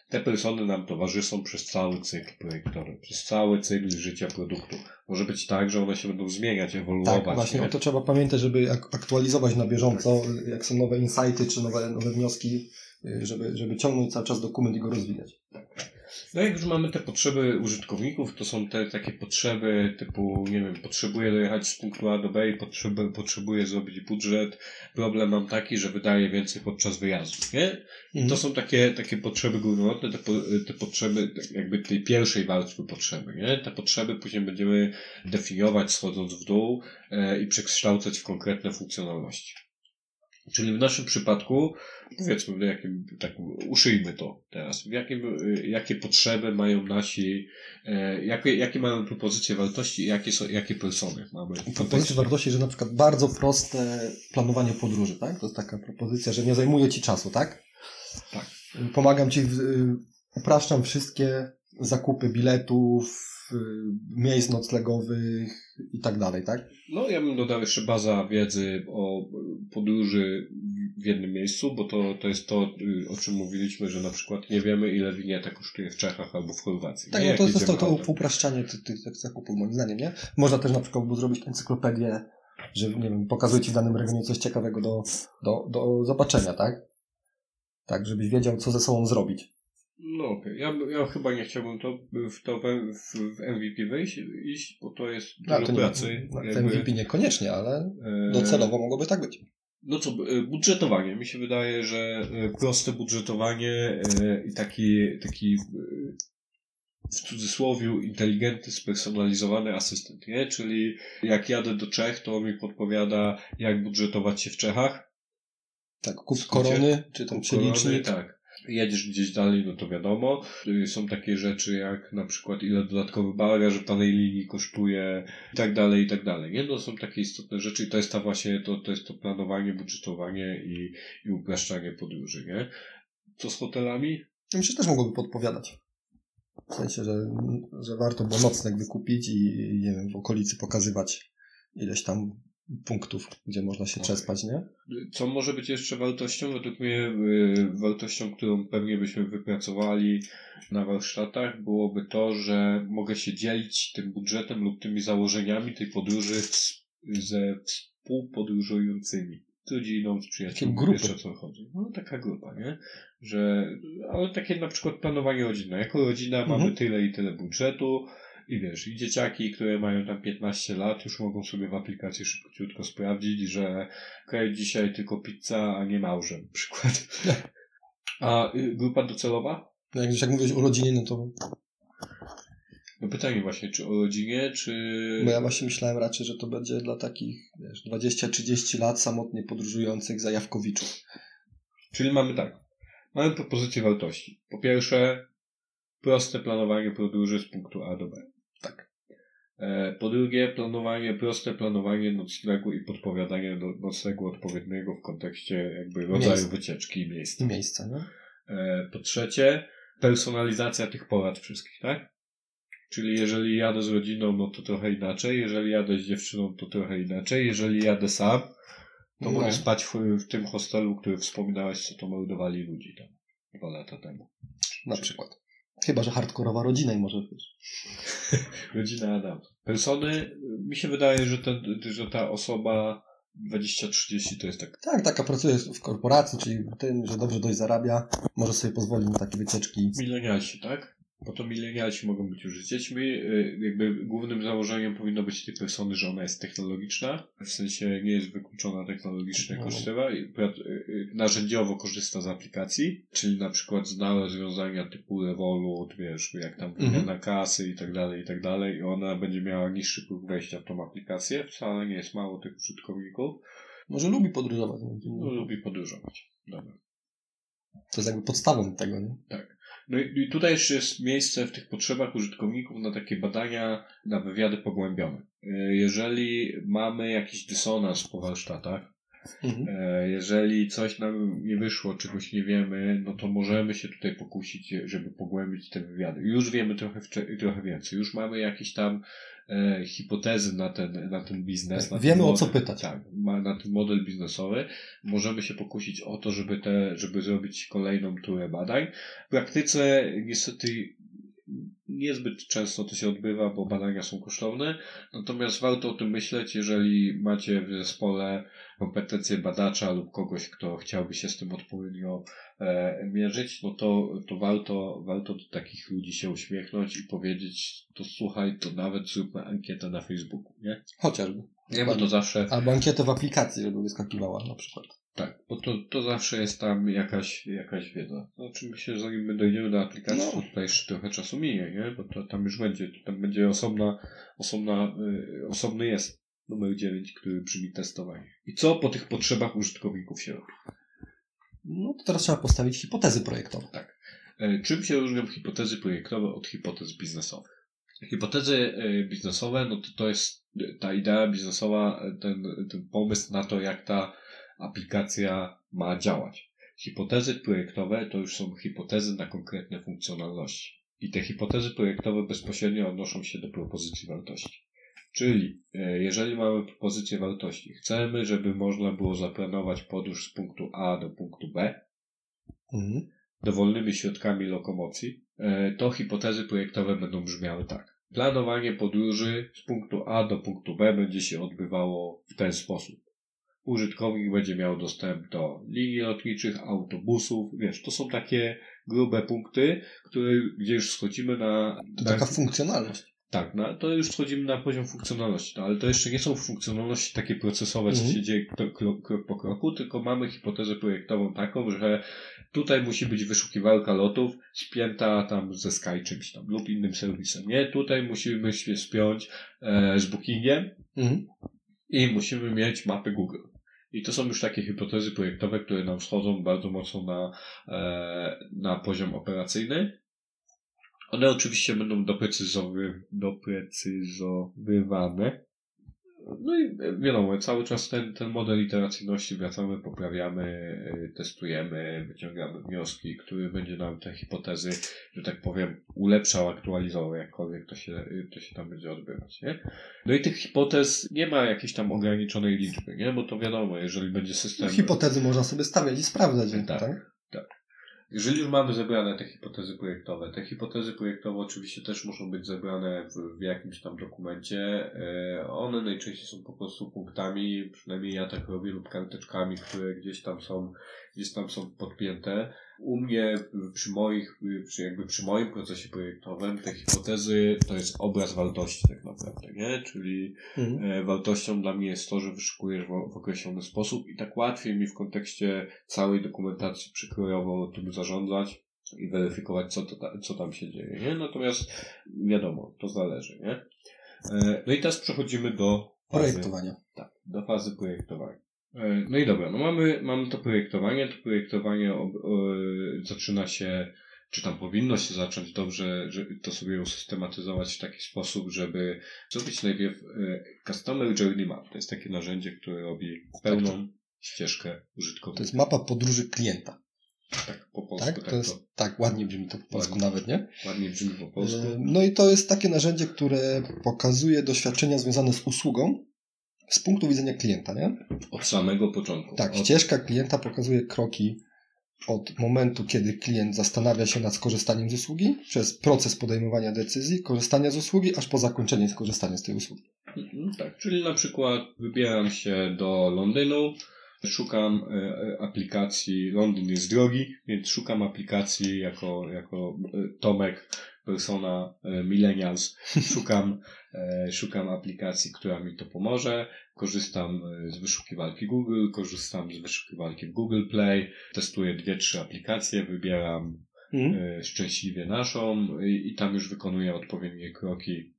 Speaker 3: Te persony nam towarzyszą przez cały cykl projektowy, przez cały cykl życia produktu. Może być tak, że one się będą zmieniać, ewoluować.
Speaker 2: Tak, właśnie
Speaker 3: nie?
Speaker 2: o to trzeba pamiętać, żeby ak- aktualizować na bieżąco, jak są nowe insighty czy nowe, nowe wnioski, żeby, żeby ciągnąć cały czas dokument i go rozwijać.
Speaker 3: No jak już mamy te potrzeby użytkowników, to są te takie potrzeby typu, nie wiem, potrzebuję dojechać z punktu A do B i potrzebuję, potrzebuję zrobić budżet. Problem mam taki, że wydaję więcej podczas wyjazdu, nie? I to są takie, takie potrzeby górnolotne, te, po, te potrzeby, tak jakby tej pierwszej warstwy potrzeby, nie? Te potrzeby później będziemy definiować schodząc w dół e, i przekształcać w konkretne funkcjonalności. Czyli w naszym przypadku, powiedzmy, w jakim, tak uszyjmy to teraz, w jakim, jakie potrzeby mają nasi, e, jakie, jakie mamy propozycje wartości i jakie są, jakie persony mamy.
Speaker 2: Propozycje wartości, że na przykład bardzo proste planowanie podróży, tak? To jest taka propozycja, że nie zajmuje ci czasu, tak?
Speaker 3: Tak.
Speaker 2: Pomagam ci, w, upraszczam wszystkie zakupy biletów, miejsc noclegowych i tak dalej, tak?
Speaker 3: No, ja bym dodał jeszcze baza wiedzy o podróży w jednym miejscu, bo to, to jest to, o czym mówiliśmy, że na przykład nie wiemy, ile winieta kosztuje w Czechach albo w Chorwacji.
Speaker 2: Tak,
Speaker 3: nie?
Speaker 2: no to
Speaker 3: Jak
Speaker 2: jest to, to
Speaker 3: jedziemy
Speaker 2: upraszczanie tych, tych, tych zakupów, moim zdaniem, nie? Można też na przykład zrobić encyklopedię, że, nie wiem, pokazuje ci w danym regionie coś ciekawego do, do, do zobaczenia, tak? Tak, żebyś wiedział, co ze sobą zrobić.
Speaker 3: No okej, okay. ja, ja chyba nie chciałbym to w, to w, w M V P wejść, iść, bo to jest dużo
Speaker 2: No, to nie,
Speaker 3: pracy.
Speaker 2: w
Speaker 3: jakby,
Speaker 2: M V P niekoniecznie, ale
Speaker 3: e,
Speaker 2: docelowo mogłoby tak być.
Speaker 3: No co, e, budżetowanie. Mi się wydaje, że e, proste budżetowanie e, i taki, taki e, w cudzysłowie inteligentny, spersonalizowany asystent, nie? Czyli jak jadę do Czech, to on mi podpowiada, jak budżetować się w Czechach.
Speaker 2: Tak, kup korony, czy tam przelicznik.
Speaker 3: Tak. Jedziesz gdzieś dalej, no to wiadomo. Są takie rzeczy jak na przykład ile dodatkowy bagaż danej linii kosztuje i tak dalej, i tak dalej. Nie? To są takie istotne rzeczy i to jest ta właśnie, to, to jest to planowanie, budżetowanie i, i upraszczanie podróży, nie? Co z hotelami?
Speaker 2: Myślę, że też mogłoby podpowiadać. W sensie, że, że warto było nocleg wykupić i, nie wiem, w okolicy pokazywać ileś tam punktów, gdzie można się
Speaker 3: Okay.
Speaker 2: przespać, nie?
Speaker 3: Co może być jeszcze wartością? Według mnie y, wartością, którą pewnie byśmy wypracowali na warsztatach, byłoby to, że mogę się dzielić tym budżetem lub tymi założeniami tej podróży w, ze współpodróżującymi. Z rodziną, z przyjaciółmi, wiesz o co chodzi. No taka grupa, nie? Że, ale takie na przykład planowanie rodzinne. Jako rodzina mhm. mamy tyle i tyle budżetu, i wiesz, i dzieciaki, które mają tam piętnaście lat, już mogą sobie w aplikacji szybciutko sprawdzić, że okej, dzisiaj tylko pizza, a nie małże, na przykład. A y, grupa docelowa?
Speaker 2: No jak, jak mówisz o rodzinie, no to...
Speaker 3: No pytanie właśnie, czy o rodzinie, czy...
Speaker 2: Bo ja właśnie myślałem raczej, że to będzie dla takich, wiesz, dwadzieścia trzydzieści lat samotnie podróżujących zajawkowiczów.
Speaker 3: Czyli mamy tak, mamy propozycję wartości. Po pierwsze, proste planowanie podróży z punktu A do B.
Speaker 2: Tak.
Speaker 3: Po drugie, planowanie, proste planowanie noclegu i podpowiadanie do noclegu odpowiedniego w kontekście jakby rodzaju miejsca. Wycieczki i miejsca.
Speaker 2: I miejsca, no.
Speaker 3: Po trzecie, personalizacja tych porad wszystkich, tak? Czyli jeżeli jadę z rodziną, no to trochę inaczej. Jeżeli jadę z dziewczyną, to trochę inaczej. Jeżeli jadę sam, to no. mogę spać w, w tym hostelu, który wspominałeś, co to mordowali ludzi tam dwa lata temu.
Speaker 2: Na przykład. Chyba, że hardkorowa rodzina i może wiesz.
Speaker 3: Rodzina Adam. Persony, mi się wydaje, że, ten, że ta osoba dwadzieścia trzydzieści to jest tak.
Speaker 2: Tak, taka pracuje w korporacji, czyli tym, że dobrze dość zarabia, może sobie pozwolić na takie wycieczki.
Speaker 3: Milenialsi, tak? Bo to milenialsi mogą być już z dziećmi. Jakby głównym założeniem powinno być tej persony, że ona jest technologiczna. W sensie nie jest wykluczona technologicznie jako korzysta i narzędziowo korzysta z aplikacji. Czyli na przykład zna rozwiązania typu Revolut, wiesz, jak tam wymiana mhm. kasy i tak dalej, i tak dalej. I ona będzie miała niższy próg wejścia w tą aplikację. Wcale nie jest mało tych użytkowników.
Speaker 2: Może lubi podróżować.
Speaker 3: No, lubi podróżować. Dobra.
Speaker 2: To jest jakby podstawą tego, nie?
Speaker 3: Tak. No i tutaj jeszcze jest miejsce w tych potrzebach użytkowników na takie badania, na wywiady pogłębione. Jeżeli mamy jakiś dysonans po warsztatach,
Speaker 2: Mhm.
Speaker 3: Jeżeli coś nam nie wyszło, czegoś nie wiemy, no to możemy się tutaj pokusić, żeby pogłębić te wywiady. Już wiemy trochę, wcze- trochę więcej. Już mamy jakieś tam e, hipotezy na ten, na ten biznes.
Speaker 2: Tak,
Speaker 3: na ten
Speaker 2: wiemy, o
Speaker 3: model,
Speaker 2: co pytać.
Speaker 3: Tak, ma, na ten model biznesowy. Możemy się pokusić o to, żeby, te, żeby zrobić kolejną turę badań. W praktyce niestety niezbyt często to się odbywa, bo badania są kosztowne, natomiast warto o tym myśleć, jeżeli macie w zespole kompetencje badacza lub kogoś, kto chciałby się z tym odpowiednio e, mierzyć, no to, to warto, warto do takich ludzi się uśmiechnąć i powiedzieć, to słuchaj, to nawet zróbmy ankietę na Facebooku, nie?
Speaker 2: Chociażby.
Speaker 3: Nie, bo to zawsze...
Speaker 2: Albo ankietę w aplikacji, żeby wyskakiwała na przykład.
Speaker 3: Tak, bo to, to zawsze jest tam jakaś, jakaś wiedza. No, oczywiście, zanim my dojdziemy do aplikacji,
Speaker 2: No.
Speaker 3: to tutaj jeszcze trochę czasu minie, nie? Bo to tam już będzie, tam będzie osobna, osobna, y, osobny jest numer dziewięć, który brzmi testowanie. I co po tych potrzebach użytkowników się robi?
Speaker 2: No to teraz trzeba postawić hipotezy projektowe.
Speaker 3: Tak. E, czym się różnią hipotezy projektowe od hipotez biznesowych? Hipotezy e, biznesowe, no to to jest ta idea biznesowa, ten, ten pomysł na to, jak ta aplikacja ma działać. Hipotezy projektowe to już są hipotezy na konkretne funkcjonalności. I te hipotezy projektowe bezpośrednio odnoszą się do propozycji wartości. Czyli e, jeżeli mamy propozycję wartości, chcemy, żeby można było zaplanować podróż z punktu A do punktu B,
Speaker 2: Mhm.
Speaker 3: dowolnymi środkami lokomocji, e, to hipotezy projektowe będą brzmiały tak. Planowanie podróży z punktu A do punktu B będzie się odbywało w ten sposób. Użytkownik będzie miał dostęp do linii lotniczych, autobusów, wiesz, to są takie grube punkty, które, gdzie już schodzimy na...
Speaker 2: To taka funkcjonalność.
Speaker 3: Tak, no, to już schodzimy na poziom funkcjonalności, no, ale to jeszcze nie są funkcjonalności takie procesowe, co
Speaker 2: Mhm.
Speaker 3: się dzieje krok, krok, krok po kroku, tylko mamy hipotezę projektową taką, że tutaj musi być wyszukiwarka lotów spięta tam ze Sky czymś tam lub innym serwisem, nie? Tutaj musimy się spiąć e, z Bookingiem
Speaker 2: Mhm.
Speaker 3: i musimy mieć mapy Google. I to są już takie hipotezy projektowe, które nam wchodzą bardzo mocno na, e, na poziom operacyjny. One oczywiście będą doprecyzowy, doprecyzowywane. No i wiadomo, cały czas ten, ten model iteracyjności wracamy, poprawiamy, y, testujemy, wyciągamy wnioski, który będzie nam te hipotezy, że tak powiem, ulepszał, aktualizował, jakkolwiek to się, to się tam będzie odbywać, nie? No i tych hipotez nie ma jakiejś tam ograniczonej liczby, nie? Bo to wiadomo, jeżeli będzie system...
Speaker 2: Hipotezy można sobie stawiać i sprawdzać.
Speaker 3: Tak.
Speaker 2: tak?
Speaker 3: Jeżeli już mamy zebrane te hipotezy projektowe, te hipotezy projektowe oczywiście też muszą być zebrane w, w jakimś tam dokumencie. E, one najczęściej są po prostu punktami, przynajmniej ja tak robię, lub karteczkami, które gdzieś tam są, gdzieś tam są podpięte. U mnie przy moich, przy jakby przy moim procesie projektowym te hipotezy to jest obraz wartości tak naprawdę, nie? Czyli
Speaker 2: Mhm.
Speaker 3: e, wartością dla mnie jest to, że wyszukujesz w, w określony sposób i tak łatwiej mi w kontekście całej dokumentacji przykrojowo tym zarządzać i weryfikować, co, to ta, co tam się dzieje, nie? Natomiast wiadomo, to zależy, nie? E, no i teraz przechodzimy do fazy,
Speaker 2: Projektowania.
Speaker 3: tak, do fazy projektowania. E, no i dobra, no mamy, mamy to projektowanie, to projektowanie ob, o, zaczyna się, czy tam powinno się zacząć dobrze, że to sobie usystematyzować w taki sposób, żeby zrobić najpierw e, Customer Journey Map. To jest takie narzędzie, które robi pełną ścieżkę użytkownika.
Speaker 2: To jest mapa podróży klienta.
Speaker 3: Tak, po polsku.
Speaker 2: Tak?
Speaker 3: Tak,
Speaker 2: To jest, tak, ładnie brzmi to po polsku
Speaker 3: Ładnie.
Speaker 2: nawet, nie?
Speaker 3: ładnie brzmi po polsku.
Speaker 2: E, No i to jest takie narzędzie, które pokazuje doświadczenia związane z usługą z punktu widzenia klienta, nie?
Speaker 3: Od samego początku.
Speaker 2: Tak,
Speaker 3: Od...
Speaker 2: ścieżka klienta pokazuje kroki od momentu, kiedy klient zastanawia się nad skorzystaniem z usługi, przez proces podejmowania decyzji, korzystania z usługi, aż po zakończenie skorzystania z tej usługi.
Speaker 3: Mhm, tak, czyli na przykład wybieram się do Londynu, szukam e, aplikacji, Londyn jest drogi, więc szukam aplikacji jako, jako e, Tomek, persona e, millennials, szukam, e, szukam aplikacji, która mi to pomoże, korzystam e, z wyszukiwarki Google, korzystam z wyszukiwarki w Google Play, testuję dwie, trzy aplikacje, wybieram
Speaker 2: Mhm.
Speaker 3: e, szczęśliwie naszą i, i tam już wykonuję odpowiednie kroki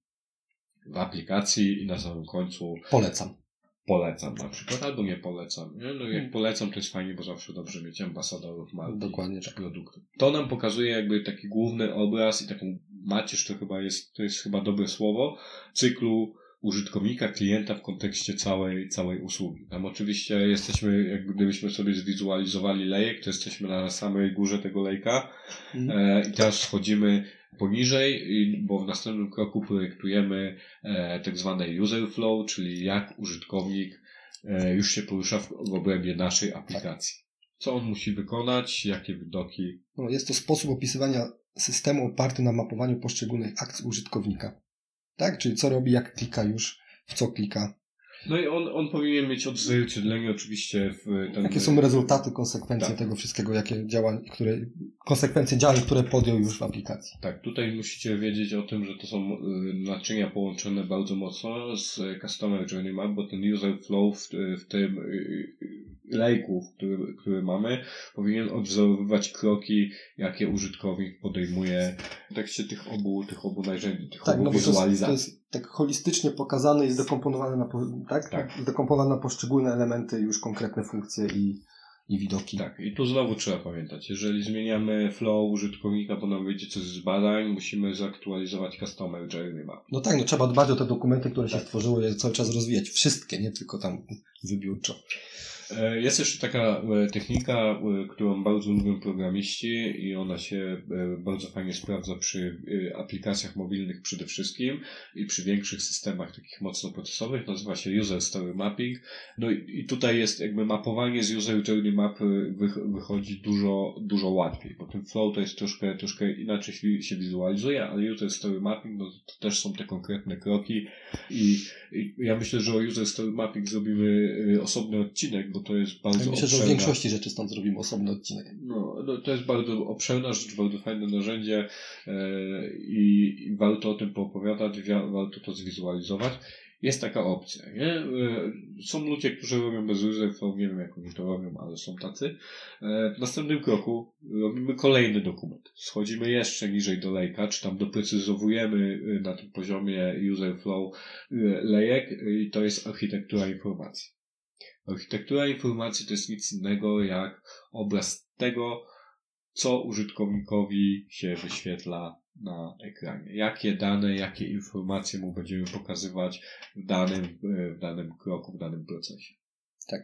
Speaker 3: w aplikacji i na samym końcu
Speaker 2: Polecam.
Speaker 3: polecam na przykład, albo nie polecam. Nie? No jak
Speaker 2: Hmm.
Speaker 3: polecam, to jest fajnie, bo zawsze dobrze mieć ambasadorów marki
Speaker 2: Dokładnie
Speaker 3: czy
Speaker 2: tak.
Speaker 3: produktów. To nam pokazuje jakby taki główny obraz i taką macierz, to chyba jest, to jest chyba dobre słowo, cyklu użytkownika, klienta w kontekście całej, całej usługi. Tam oczywiście jesteśmy, jak gdybyśmy sobie zwizualizowali lejek, to jesteśmy na samej górze tego lejka
Speaker 2: Mhm.
Speaker 3: e, i teraz schodzimy poniżej, bo w następnym kroku projektujemy e, tak zwane user flow, czyli jak użytkownik e, już się porusza w, w obrębie naszej aplikacji. Co on musi wykonać, jakie widoki.
Speaker 2: No, jest to sposób opisywania systemu oparty na mapowaniu poszczególnych akcji użytkownika. Tak? Czyli co robi, jak klika już, w co klika.
Speaker 3: No i on, on powinien mieć odzwierciedlenie oczywiście w ten...
Speaker 2: Jakie są rezultaty, konsekwencje
Speaker 3: Tak.
Speaker 2: tego wszystkiego, jakie działań, które, konsekwencje działań, które podjął już w aplikacji.
Speaker 3: Tak, tutaj musicie wiedzieć o tym, że to są y, naczynia połączone bardzo mocno z Customer Journey Map, bo ten user flow w, w tym y, y, lejku, który, który mamy, powinien odwzorowywać kroki, jakie użytkownik podejmuje w kontekście tych obu, tych obu narzędzi, tych
Speaker 2: Tak,
Speaker 3: obu
Speaker 2: no bo to jest,
Speaker 3: wizualizacji.
Speaker 2: to jest tak holistycznie pokazane i zdekomponowane na, po- tak?
Speaker 3: Tak.
Speaker 2: Zdekomponowane na poszczególne elementy, już konkretne funkcje i, i widoki.
Speaker 3: Tak, i tu znowu trzeba pamiętać, jeżeli zmieniamy flow użytkownika, bo nam wyjdzie coś z badań, musimy zaktualizować Customer Journey Map.
Speaker 2: No tak, no trzeba dbać o te dokumenty, które się
Speaker 3: Tak.
Speaker 2: stworzyły, je cały czas rozwijać. Wszystkie, nie tylko tam wybiórczo.
Speaker 3: Jest jeszcze taka technika, którą bardzo lubią programiści i ona się bardzo fajnie sprawdza przy aplikacjach mobilnych przede wszystkim i przy większych systemach takich mocno procesowych. Nazywa się User Story Mapping. No i tutaj jest jakby mapowanie z User Journey Map wychodzi dużo, dużo łatwiej, bo ten flow to jest troszkę, troszkę inaczej się wizualizuje, ale User Story Mapping no to też są te konkretne kroki i, i ja myślę, że o User Story Mapping zrobimy osobny odcinek, bo to jest bardzo
Speaker 2: Ja myślę, że o
Speaker 3: obszerna.
Speaker 2: większości rzeczy stąd zrobimy osobny odcinek.
Speaker 3: No, no, to jest bardzo obszerna rzecz, bardzo fajne narzędzie e, i, i warto o tym poopowiadać, wia- warto to zwizualizować. Jest taka opcja, nie? E, są ludzie, którzy robią bez user flow, nie wiem jak oni to robią, ale są tacy. E, w następnym kroku robimy kolejny dokument. Schodzimy jeszcze niżej do lejka, czy tam doprecyzowujemy e, na tym poziomie user flow e, lejek e, i to jest architektura informacji. Architektura informacji to jest nic innego jak obraz tego, co użytkownikowi się wyświetla na ekranie. Jakie dane, jakie informacje mu będziemy pokazywać w danym, w danym kroku, w danym procesie.
Speaker 2: Tak.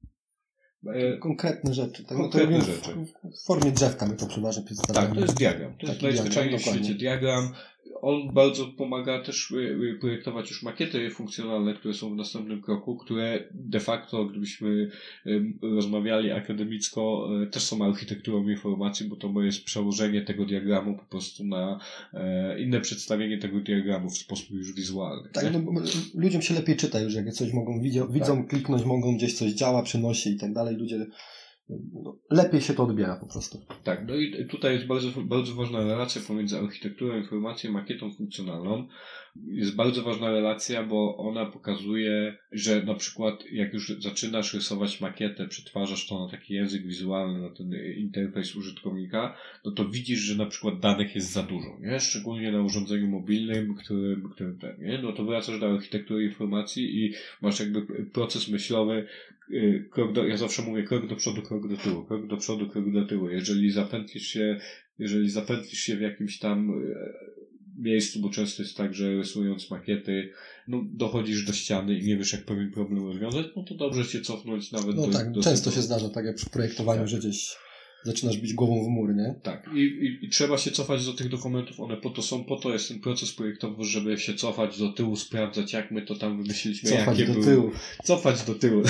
Speaker 3: E,
Speaker 2: Konkretne rzeczy. Tak?
Speaker 3: Konkretne
Speaker 2: no to
Speaker 3: rzeczy.
Speaker 2: W, w formie drzewka my to przeważnie przedstawiamy.
Speaker 3: tak, to jest diagram. To jest
Speaker 2: Taki
Speaker 3: najzwyczajniej w
Speaker 2: diagram,
Speaker 3: świecie diagram. On bardzo pomaga też y, projektować już makiety funkcjonalne, które są w następnym kroku, które de facto, gdybyśmy y, rozmawiali akademicko, y, też są architekturą informacji, bo to jest przełożenie tego diagramu po prostu na y, inne przedstawienie tego diagramu w sposób już wizualny.
Speaker 2: Tak,
Speaker 3: nie?
Speaker 2: no, bo ludziom się lepiej czyta już, jak coś mogą widzą, widzą kliknąć, mogą gdzieś coś działa, przenosi i tak dalej. Ludzie no, lepiej się to odbiera po prostu.
Speaker 3: Tak, no i tutaj jest bardzo, bardzo ważna relacja pomiędzy architekturą informacji a makietą funkcjonalną. Jest bardzo ważna relacja, bo ona pokazuje, że na przykład jak już zaczynasz rysować makietę, przetwarzasz to na taki język wizualny, na ten interfejs użytkownika, no to widzisz, że na przykład danych jest za dużo, nie? Szczególnie na urządzeniu mobilnym, którym, którym ten, nie? No to wracasz do architektury informacji i masz jakby proces myślowy, krok do, ja zawsze mówię krok do przodu, krok do tyłu, krok do przodu, krok do tyłu. Jeżeli zapętlisz się, jeżeli zapętlisz się w jakimś tam miejscu, bo często jest tak, że rysując makiety, no dochodzisz do ściany i nie wiesz jak pewien problem rozwiązać, no to dobrze się cofnąć nawet
Speaker 2: No
Speaker 3: do...
Speaker 2: tak,
Speaker 3: do
Speaker 2: często
Speaker 3: tego.
Speaker 2: się zdarza, tak jak przy projektowaniu,
Speaker 3: Tak.
Speaker 2: że gdzieś zaczynasz bić głową w mur, nie?
Speaker 3: Tak, I, i, i trzeba się cofać do tych dokumentów, one po to są, po to jest ten proces projektowy, żeby się cofać do tyłu, sprawdzać jak my to tam wymyśliliśmy,
Speaker 2: Cofać
Speaker 3: jakie
Speaker 2: do
Speaker 3: były...
Speaker 2: tyłu.
Speaker 3: Cofać do tyłu.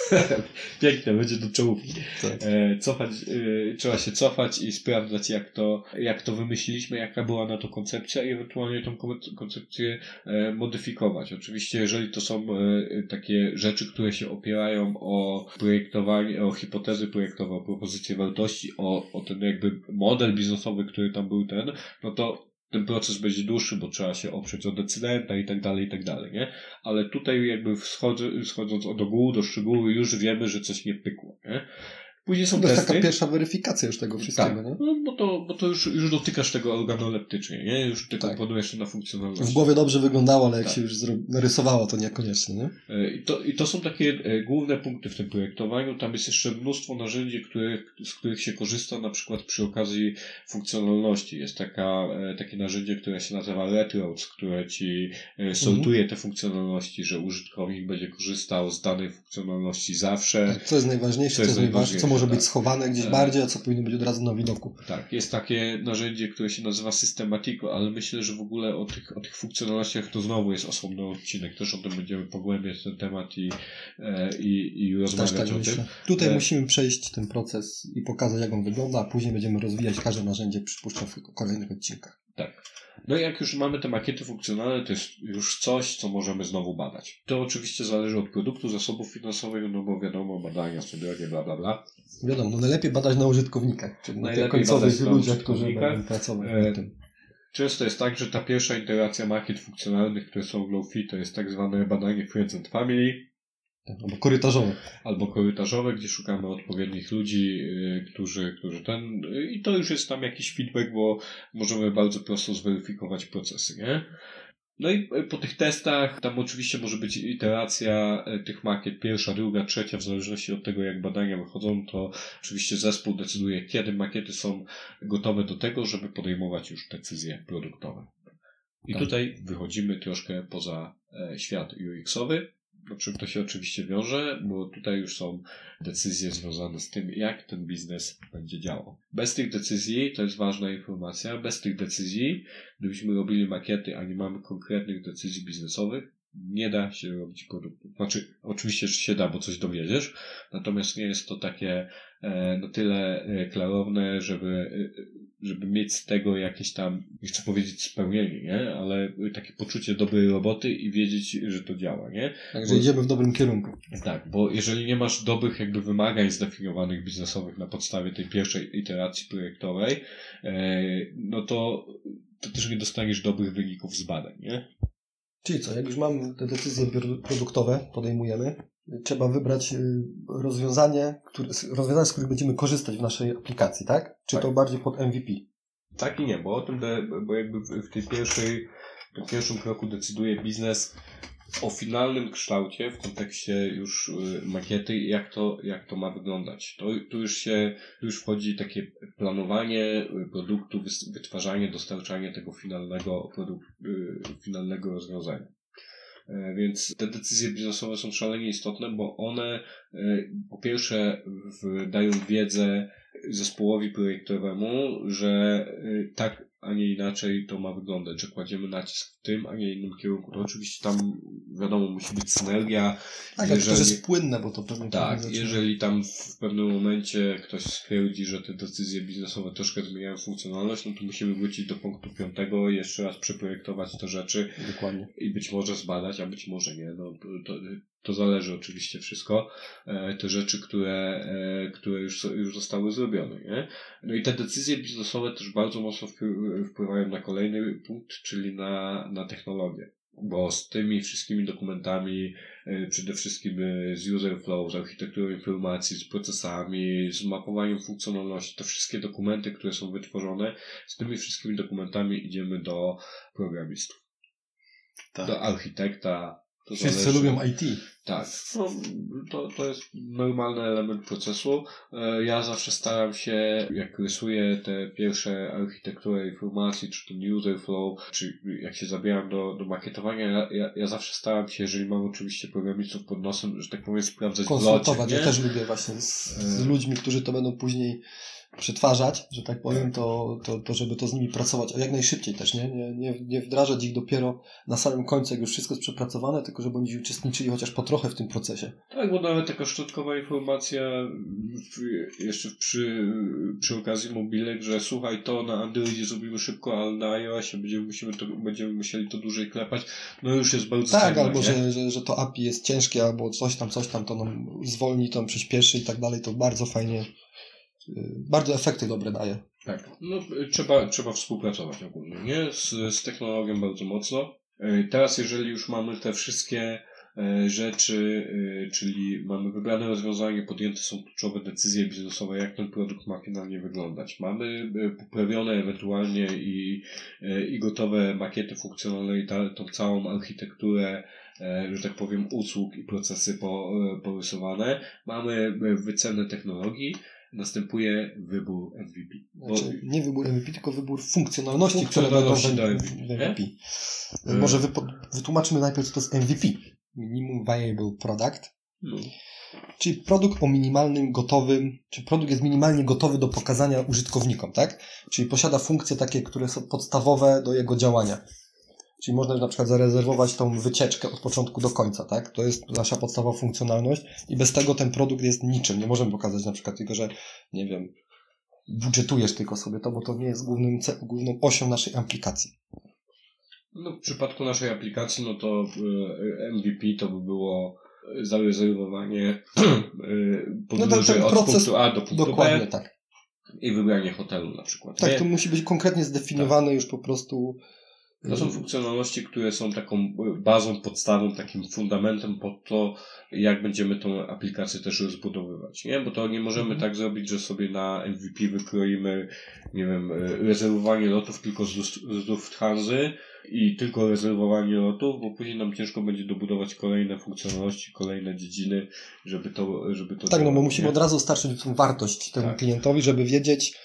Speaker 3: Piękne, będzie do czołówki.
Speaker 2: Tak.
Speaker 3: E, cofać, e, trzeba się cofać i sprawdzać jak to, jak to wymyśliliśmy, jaka była na to koncepcja i ewentualnie tą kon- koncepcję e, modyfikować. Oczywiście jeżeli to są e, takie rzeczy, które się opierają o projektowanie, o hipotezy projektowe, o propozycje wartości, o, o ten jakby model biznesowy, który tam był ten, no to ten proces będzie dłuższy, bo trzeba się oprzeć o decydenta i tak dalej, i tak dalej, nie? Ale tutaj jakby wschodząc, wschodząc od ogółu do szczegółu już wiemy, że coś nie pykło, nie? Później są
Speaker 2: To jest
Speaker 3: testy.
Speaker 2: taka pierwsza weryfikacja już tego wszystkiego,
Speaker 3: Tak,
Speaker 2: nie?
Speaker 3: no, bo to, bo to już, już dotykasz tego organoleptycznie, nie? Już ty
Speaker 2: Tak.
Speaker 3: komponujesz na funkcjonalność.
Speaker 2: W głowie dobrze wyglądało, ale jak
Speaker 3: Tak.
Speaker 2: się już zro... narysowało, to niekoniecznie, nie?
Speaker 3: I to, I to są takie e, główne punkty w tym projektowaniu. Tam jest jeszcze mnóstwo narzędzi, których, z których się korzysta, na przykład przy okazji funkcjonalności. Jest taka, e, takie narzędzie, które się nazywa Retroads, które ci e, sortuje
Speaker 2: Mhm.
Speaker 3: te funkcjonalności, że użytkownik będzie korzystał z danej funkcjonalności zawsze.
Speaker 2: Tak, co jest najważniejsze,
Speaker 3: Co
Speaker 2: co
Speaker 3: jest
Speaker 2: jest najważniejsze, co może
Speaker 3: najważniejsze,
Speaker 2: być schowane gdzieś
Speaker 3: E,
Speaker 2: bardziej, a co powinno być od razu na widoku.
Speaker 3: Tak, jest takie narzędzie, które się nazywa Systematico, ale myślę, że w ogóle o tych, o tych funkcjonalnościach to znowu jest osobny odcinek. Też o tym będziemy pogłębiać ten temat i, e, i, i
Speaker 2: Też
Speaker 3: rozmawiać
Speaker 2: tak
Speaker 3: o tym.
Speaker 2: myślę. Tutaj
Speaker 3: E,
Speaker 2: musimy przejść ten proces i pokazać, jak on wygląda, a później będziemy rozwijać każde narzędzie, przypuszczam, w kolejnych odcinkach.
Speaker 3: Tak. No i jak już mamy te makiety funkcjonalne, to jest już coś, co możemy znowu badać. To oczywiście zależy od produktu, zasobów finansowych, no bo wiadomo, badania są drogie, bla, bla, bla.
Speaker 2: Wiadomo, no najlepiej badać na użytkownikach, czyli na tych
Speaker 3: Najlepiej
Speaker 2: końcowych
Speaker 3: badać na
Speaker 2: ludziach, którzy
Speaker 3: użytkownikach.
Speaker 2: będą pracować
Speaker 3: E,
Speaker 2: nad tym.
Speaker 3: Często jest tak, że ta pierwsza iteracja makiet funkcjonalnych, które są w Low-Fi, to jest tak zwane badanie Friends and Family,
Speaker 2: Albo korytarzowe.
Speaker 3: albo korytarzowe, gdzie szukamy odpowiednich ludzi, y, którzy, którzy ten, y, i to już jest tam jakiś feedback, bo możemy bardzo prosto zweryfikować procesy, nie? No i y, po tych testach, tam oczywiście może być iteracja y, tych makiet, pierwsza, druga, trzecia, w zależności od tego, jak badania wychodzą, to oczywiście zespół decyduje, kiedy makiety są gotowe do tego, żeby podejmować już decyzje produktowe. I
Speaker 2: Tak.
Speaker 3: tutaj wychodzimy troszkę poza e, świat U X-owy, no czym to się oczywiście wiąże, bo tutaj już są decyzje związane z tym, jak ten biznes będzie działał. Bez tych decyzji, to jest ważna informacja, bez tych decyzji, gdybyśmy robili makiety, a nie mamy konkretnych decyzji biznesowych, nie da się robić produktu. Znaczy, oczywiście że się da, bo coś dowiedziesz, natomiast nie jest to takie e, na tyle e, klarowne, żeby, e, żeby mieć z tego jakieś tam, nie chcę powiedzieć spełnienie, nie? Ale takie poczucie dobrej roboty i wiedzieć, że to działa, nie?
Speaker 2: Także
Speaker 3: Bo-
Speaker 2: idziemy w dobrym kierunku.
Speaker 3: Tak, bo jeżeli nie masz dobrych jakby wymagań zdefiniowanych biznesowych na podstawie tej pierwszej iteracji projektowej, e, no to, to też nie dostaniesz dobrych wyników z badań, nie?
Speaker 2: Czyli co, jak już mamy te decyzje bior- produktowe, podejmujemy, trzeba wybrać y, rozwiązanie, które, rozwiązanie, z których będziemy korzystać w naszej aplikacji, tak? Czy
Speaker 3: Tak.
Speaker 2: to bardziej pod M V P?
Speaker 3: Tak i nie, bo o tym, de, bo jakby w, w tej pierwszej, w tym pierwszym kroku decyduje biznes o finalnym kształcie w kontekście już y, makiety, jak to, jak to ma wyglądać. To, tu już się, tu już wchodzi takie planowanie y, produktu, wys- wytwarzanie, dostarczanie tego finalnego produktu, y, finalnego rozwiązania. E, Więc te decyzje biznesowe są szalenie istotne, bo one e, po pierwsze w, dają wiedzę zespołowi projektowemu, że e, tak, a nie inaczej to ma wyglądać, że kładziemy nacisk w tym, a nie innym kierunku. To oczywiście tam, wiadomo, musi być synergia.
Speaker 2: Tak, ale to też jest płynne, bo to pewnie...
Speaker 3: Tak,
Speaker 2: pewnie zaczyna-
Speaker 3: jeżeli tam w pewnym momencie ktoś stwierdzi, że te decyzje biznesowe troszkę zmieniają funkcjonalność, no to musimy wrócić do punktu piątego i jeszcze raz przeprojektować te rzeczy
Speaker 2: Dokładnie.
Speaker 3: i być może zbadać, a być może nie. No, to, to zależy oczywiście wszystko. E, te rzeczy, które, e, które już, so- już zostały zrobione. Nie? No i te decyzje biznesowe też bardzo mocno wpły- wpływają na kolejny punkt, czyli na, na technologię. Bo z tymi wszystkimi dokumentami, e, przede wszystkim e, z user flow, z architekturą informacji, z procesami, z mapowaniem funkcjonalności, te wszystkie dokumenty, które są wytworzone, z tymi wszystkimi dokumentami idziemy do programistów.
Speaker 2: Tak.
Speaker 3: Do architekta. To
Speaker 2: Wszyscy
Speaker 3: zależy.
Speaker 2: lubią I T.
Speaker 3: Tak, no, to, to jest normalny element procesu. E, Ja zawsze staram się, jak rysuję te pierwsze architektury informacji, czy ten user flow, czy jak się zabieram do, do makietowania, ja, ja, ja zawsze staram się, jeżeli mam oczywiście programistów pod nosem, że tak powiem, sprawdzać w locie,
Speaker 2: Konsultować.
Speaker 3: nie?
Speaker 2: Ja też lubię właśnie z, z
Speaker 3: E.
Speaker 2: ludźmi, którzy to będą później przetwarzać, że tak powiem, to, to, to żeby to z nimi pracować, a jak najszybciej też, nie? Nie, nie, nie wdrażać ich dopiero na samym końcu, jak już wszystko jest przepracowane, tylko żeby oni uczestniczyli chociaż po trochę w tym procesie.
Speaker 3: Tak, bo nawet taka szczątkowa informacja w, jeszcze przy, przy okazji mobilek, że słuchaj, to na Androidzie zrobimy szybko, ale na iOSie będziemy, musimy to, będziemy musieli to dłużej klepać, no już jest bardzo
Speaker 2: Tak,
Speaker 3: cenna,
Speaker 2: albo
Speaker 3: nie?
Speaker 2: że, że, że to A P I jest ciężkie, albo coś tam, coś tam, to nam zwolni, to przyspieszy i tak dalej, to bardzo fajnie, y, bardzo efekty dobre daje.
Speaker 3: Tak, no trzeba, trzeba współpracować ogólnie, nie? Z, z technologią bardzo mocno. E, Teraz, jeżeli już mamy te wszystkie rzeczy, czyli mamy wybrane rozwiązanie, podjęte są kluczowe decyzje biznesowe, jak ten produkt ma finalnie wyglądać. Mamy poprawione ewentualnie i, i gotowe makiety funkcjonalne i ta, tą całą architekturę, że tak powiem, usług i procesy po, porysowane. Mamy wycenę technologii. Następuje wybór M V P. Bo...
Speaker 2: Znaczy, nie wybór M V P, tylko wybór funkcjonalności,
Speaker 3: funkcjonalności
Speaker 2: które będą w M V P. Hmm? Może wypo... wytłumaczmy najpierw, co to jest M V P. Minimum Viable Product. No. Czyli produkt o minimalnym gotowym, czy produkt jest minimalnie gotowy do pokazania użytkownikom, tak? Czyli posiada funkcje takie, które są podstawowe do jego działania. Czyli można na przykład zarezerwować tą wycieczkę od początku do końca, tak? To jest nasza podstawowa funkcjonalność i bez tego ten produkt jest niczym. Nie możemy pokazać na przykład tylko, że nie wiem, budżetujesz tylko sobie to, bo to nie jest głównym, główną osią naszej aplikacji.
Speaker 3: No, w przypadku naszej aplikacji, no to M V P to by było zarezerwowanie podróży no, od punktu A do punktu
Speaker 2: dokładnie
Speaker 3: B
Speaker 2: tak.
Speaker 3: I wybranie hotelu na przykład.
Speaker 2: Tak,
Speaker 3: nie?
Speaker 2: to musi być konkretnie zdefiniowane tak. Już po prostu.
Speaker 3: To są funkcjonalności, które są taką bazą, podstawą, takim fundamentem pod to, jak będziemy tą aplikację też rozbudowywać, nie? Bo to nie możemy mhm. tak zrobić, że sobie na M V P wykroimy, nie wiem, rezerwowanie lotów tylko z, z Lufthansa i tylko rezerwowanie lotów, bo później nam ciężko będzie dobudować kolejne funkcjonalności, kolejne dziedziny, żeby to, żeby to
Speaker 2: Tak,
Speaker 3: działało,
Speaker 2: no bo musimy
Speaker 3: nie?
Speaker 2: od razu dostarczyć tą wartość temu
Speaker 3: tak.
Speaker 2: klientowi, żeby wiedzieć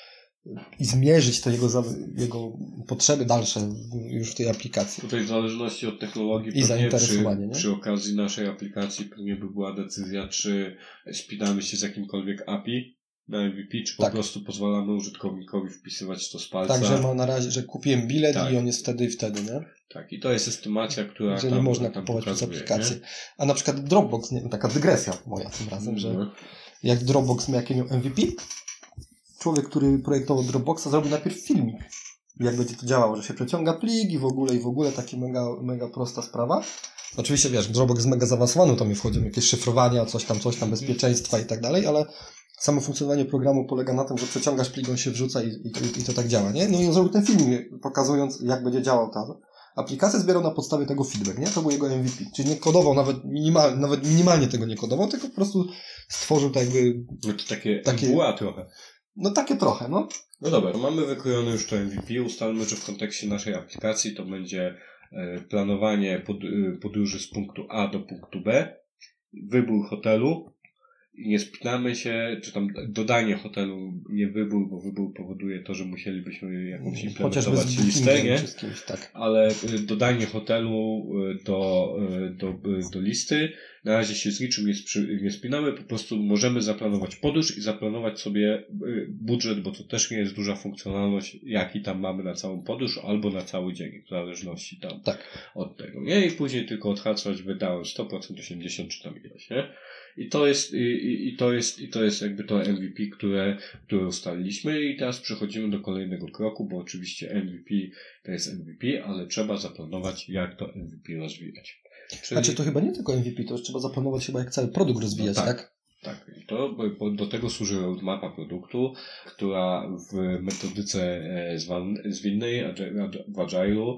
Speaker 2: i zmierzyć te jego, jego potrzeby dalsze już w tej aplikacji.
Speaker 3: Tutaj w zależności od technologii
Speaker 2: i zainteresowanie,
Speaker 3: przy, przy okazji naszej aplikacji pewnie by była decyzja, czy spinamy się z jakimkolwiek A P I na M V P, czy po
Speaker 2: tak.
Speaker 3: prostu pozwalamy użytkownikowi wpisywać to z palca.
Speaker 2: Tak, że ma na razie, że kupiłem bilet tak. i on jest wtedy i wtedy, nie?
Speaker 3: Tak, i to jest estymacja, która
Speaker 2: że
Speaker 3: tam,
Speaker 2: nie można
Speaker 3: tam
Speaker 2: kupować
Speaker 3: pokazuje,
Speaker 2: przez aplikację.
Speaker 3: Nie?
Speaker 2: A na przykład Dropbox, nie, taka dygresja moja tym razem, mm. że jak Dropbox miał jakiś M V P, człowiek, który projektował Dropboxa, zrobił najpierw filmik, jak będzie to działało, że się przeciąga plik i w ogóle, i w ogóle, takie mega, mega prosta sprawa. Oczywiście, wiesz, Dropbox jest mega zaawansowany, tam wchodzą jakieś szyfrowania, coś tam, coś tam, bezpieczeństwa i tak dalej, ale samo funkcjonowanie programu polega na tym, że przeciągasz plik, on się wrzuca i, i, i to tak działa, nie? No i on zrobił ten film, pokazując, jak będzie działał ta aplikacja, zbierał na podstawie tego feedback, nie? To był jego M V P. Czyli nie kodował, nawet, minimal, nawet minimalnie tego nie kodował, tylko po prostu stworzył tak jakby...
Speaker 3: No to takie,
Speaker 2: takie
Speaker 3: M W A trochę.
Speaker 2: No takie trochę, no.
Speaker 3: No dobra, mamy wykrojone już to M V P. Ustalmy, że w kontekście naszej aplikacji to będzie planowanie pod, podróży z punktu A do punktu B, wybór hotelu i nie spinamy się, czy tam dodanie hotelu, nie wybór, bo wybór powoduje to, że musielibyśmy jakąś implementować listę, nie?
Speaker 2: Kimś, tak.
Speaker 3: Ale dodanie hotelu do, do, do listy, na razie się z niczym nie, sprzy, nie spinamy, po prostu możemy zaplanować podróż i zaplanować sobie budżet, bo to też nie jest duża funkcjonalność, jaki tam mamy na całą podróż, albo na cały dzień, w zależności tam
Speaker 2: tak.
Speaker 3: od tego, nie? I później tylko odhaczać, wydałem sto procent, osiemdziesiąt procent czy tam ileś, nie? I to jest, i, i to jest, i to jest jakby to M V P, które, które ustaliliśmy i teraz przechodzimy do kolejnego kroku, bo oczywiście M V P to jest M V P, ale trzeba zaplanować, jak to M V P rozwijać.
Speaker 2: Czyli... Znaczy to chyba nie tylko M V P, to już trzeba zaplanować chyba, jak cały produkt rozwijać, no tak? tak?
Speaker 3: Tak, i to, bo, bo do tego służy roadmapa produktu, która w metodyce zwinnej, w Agile'u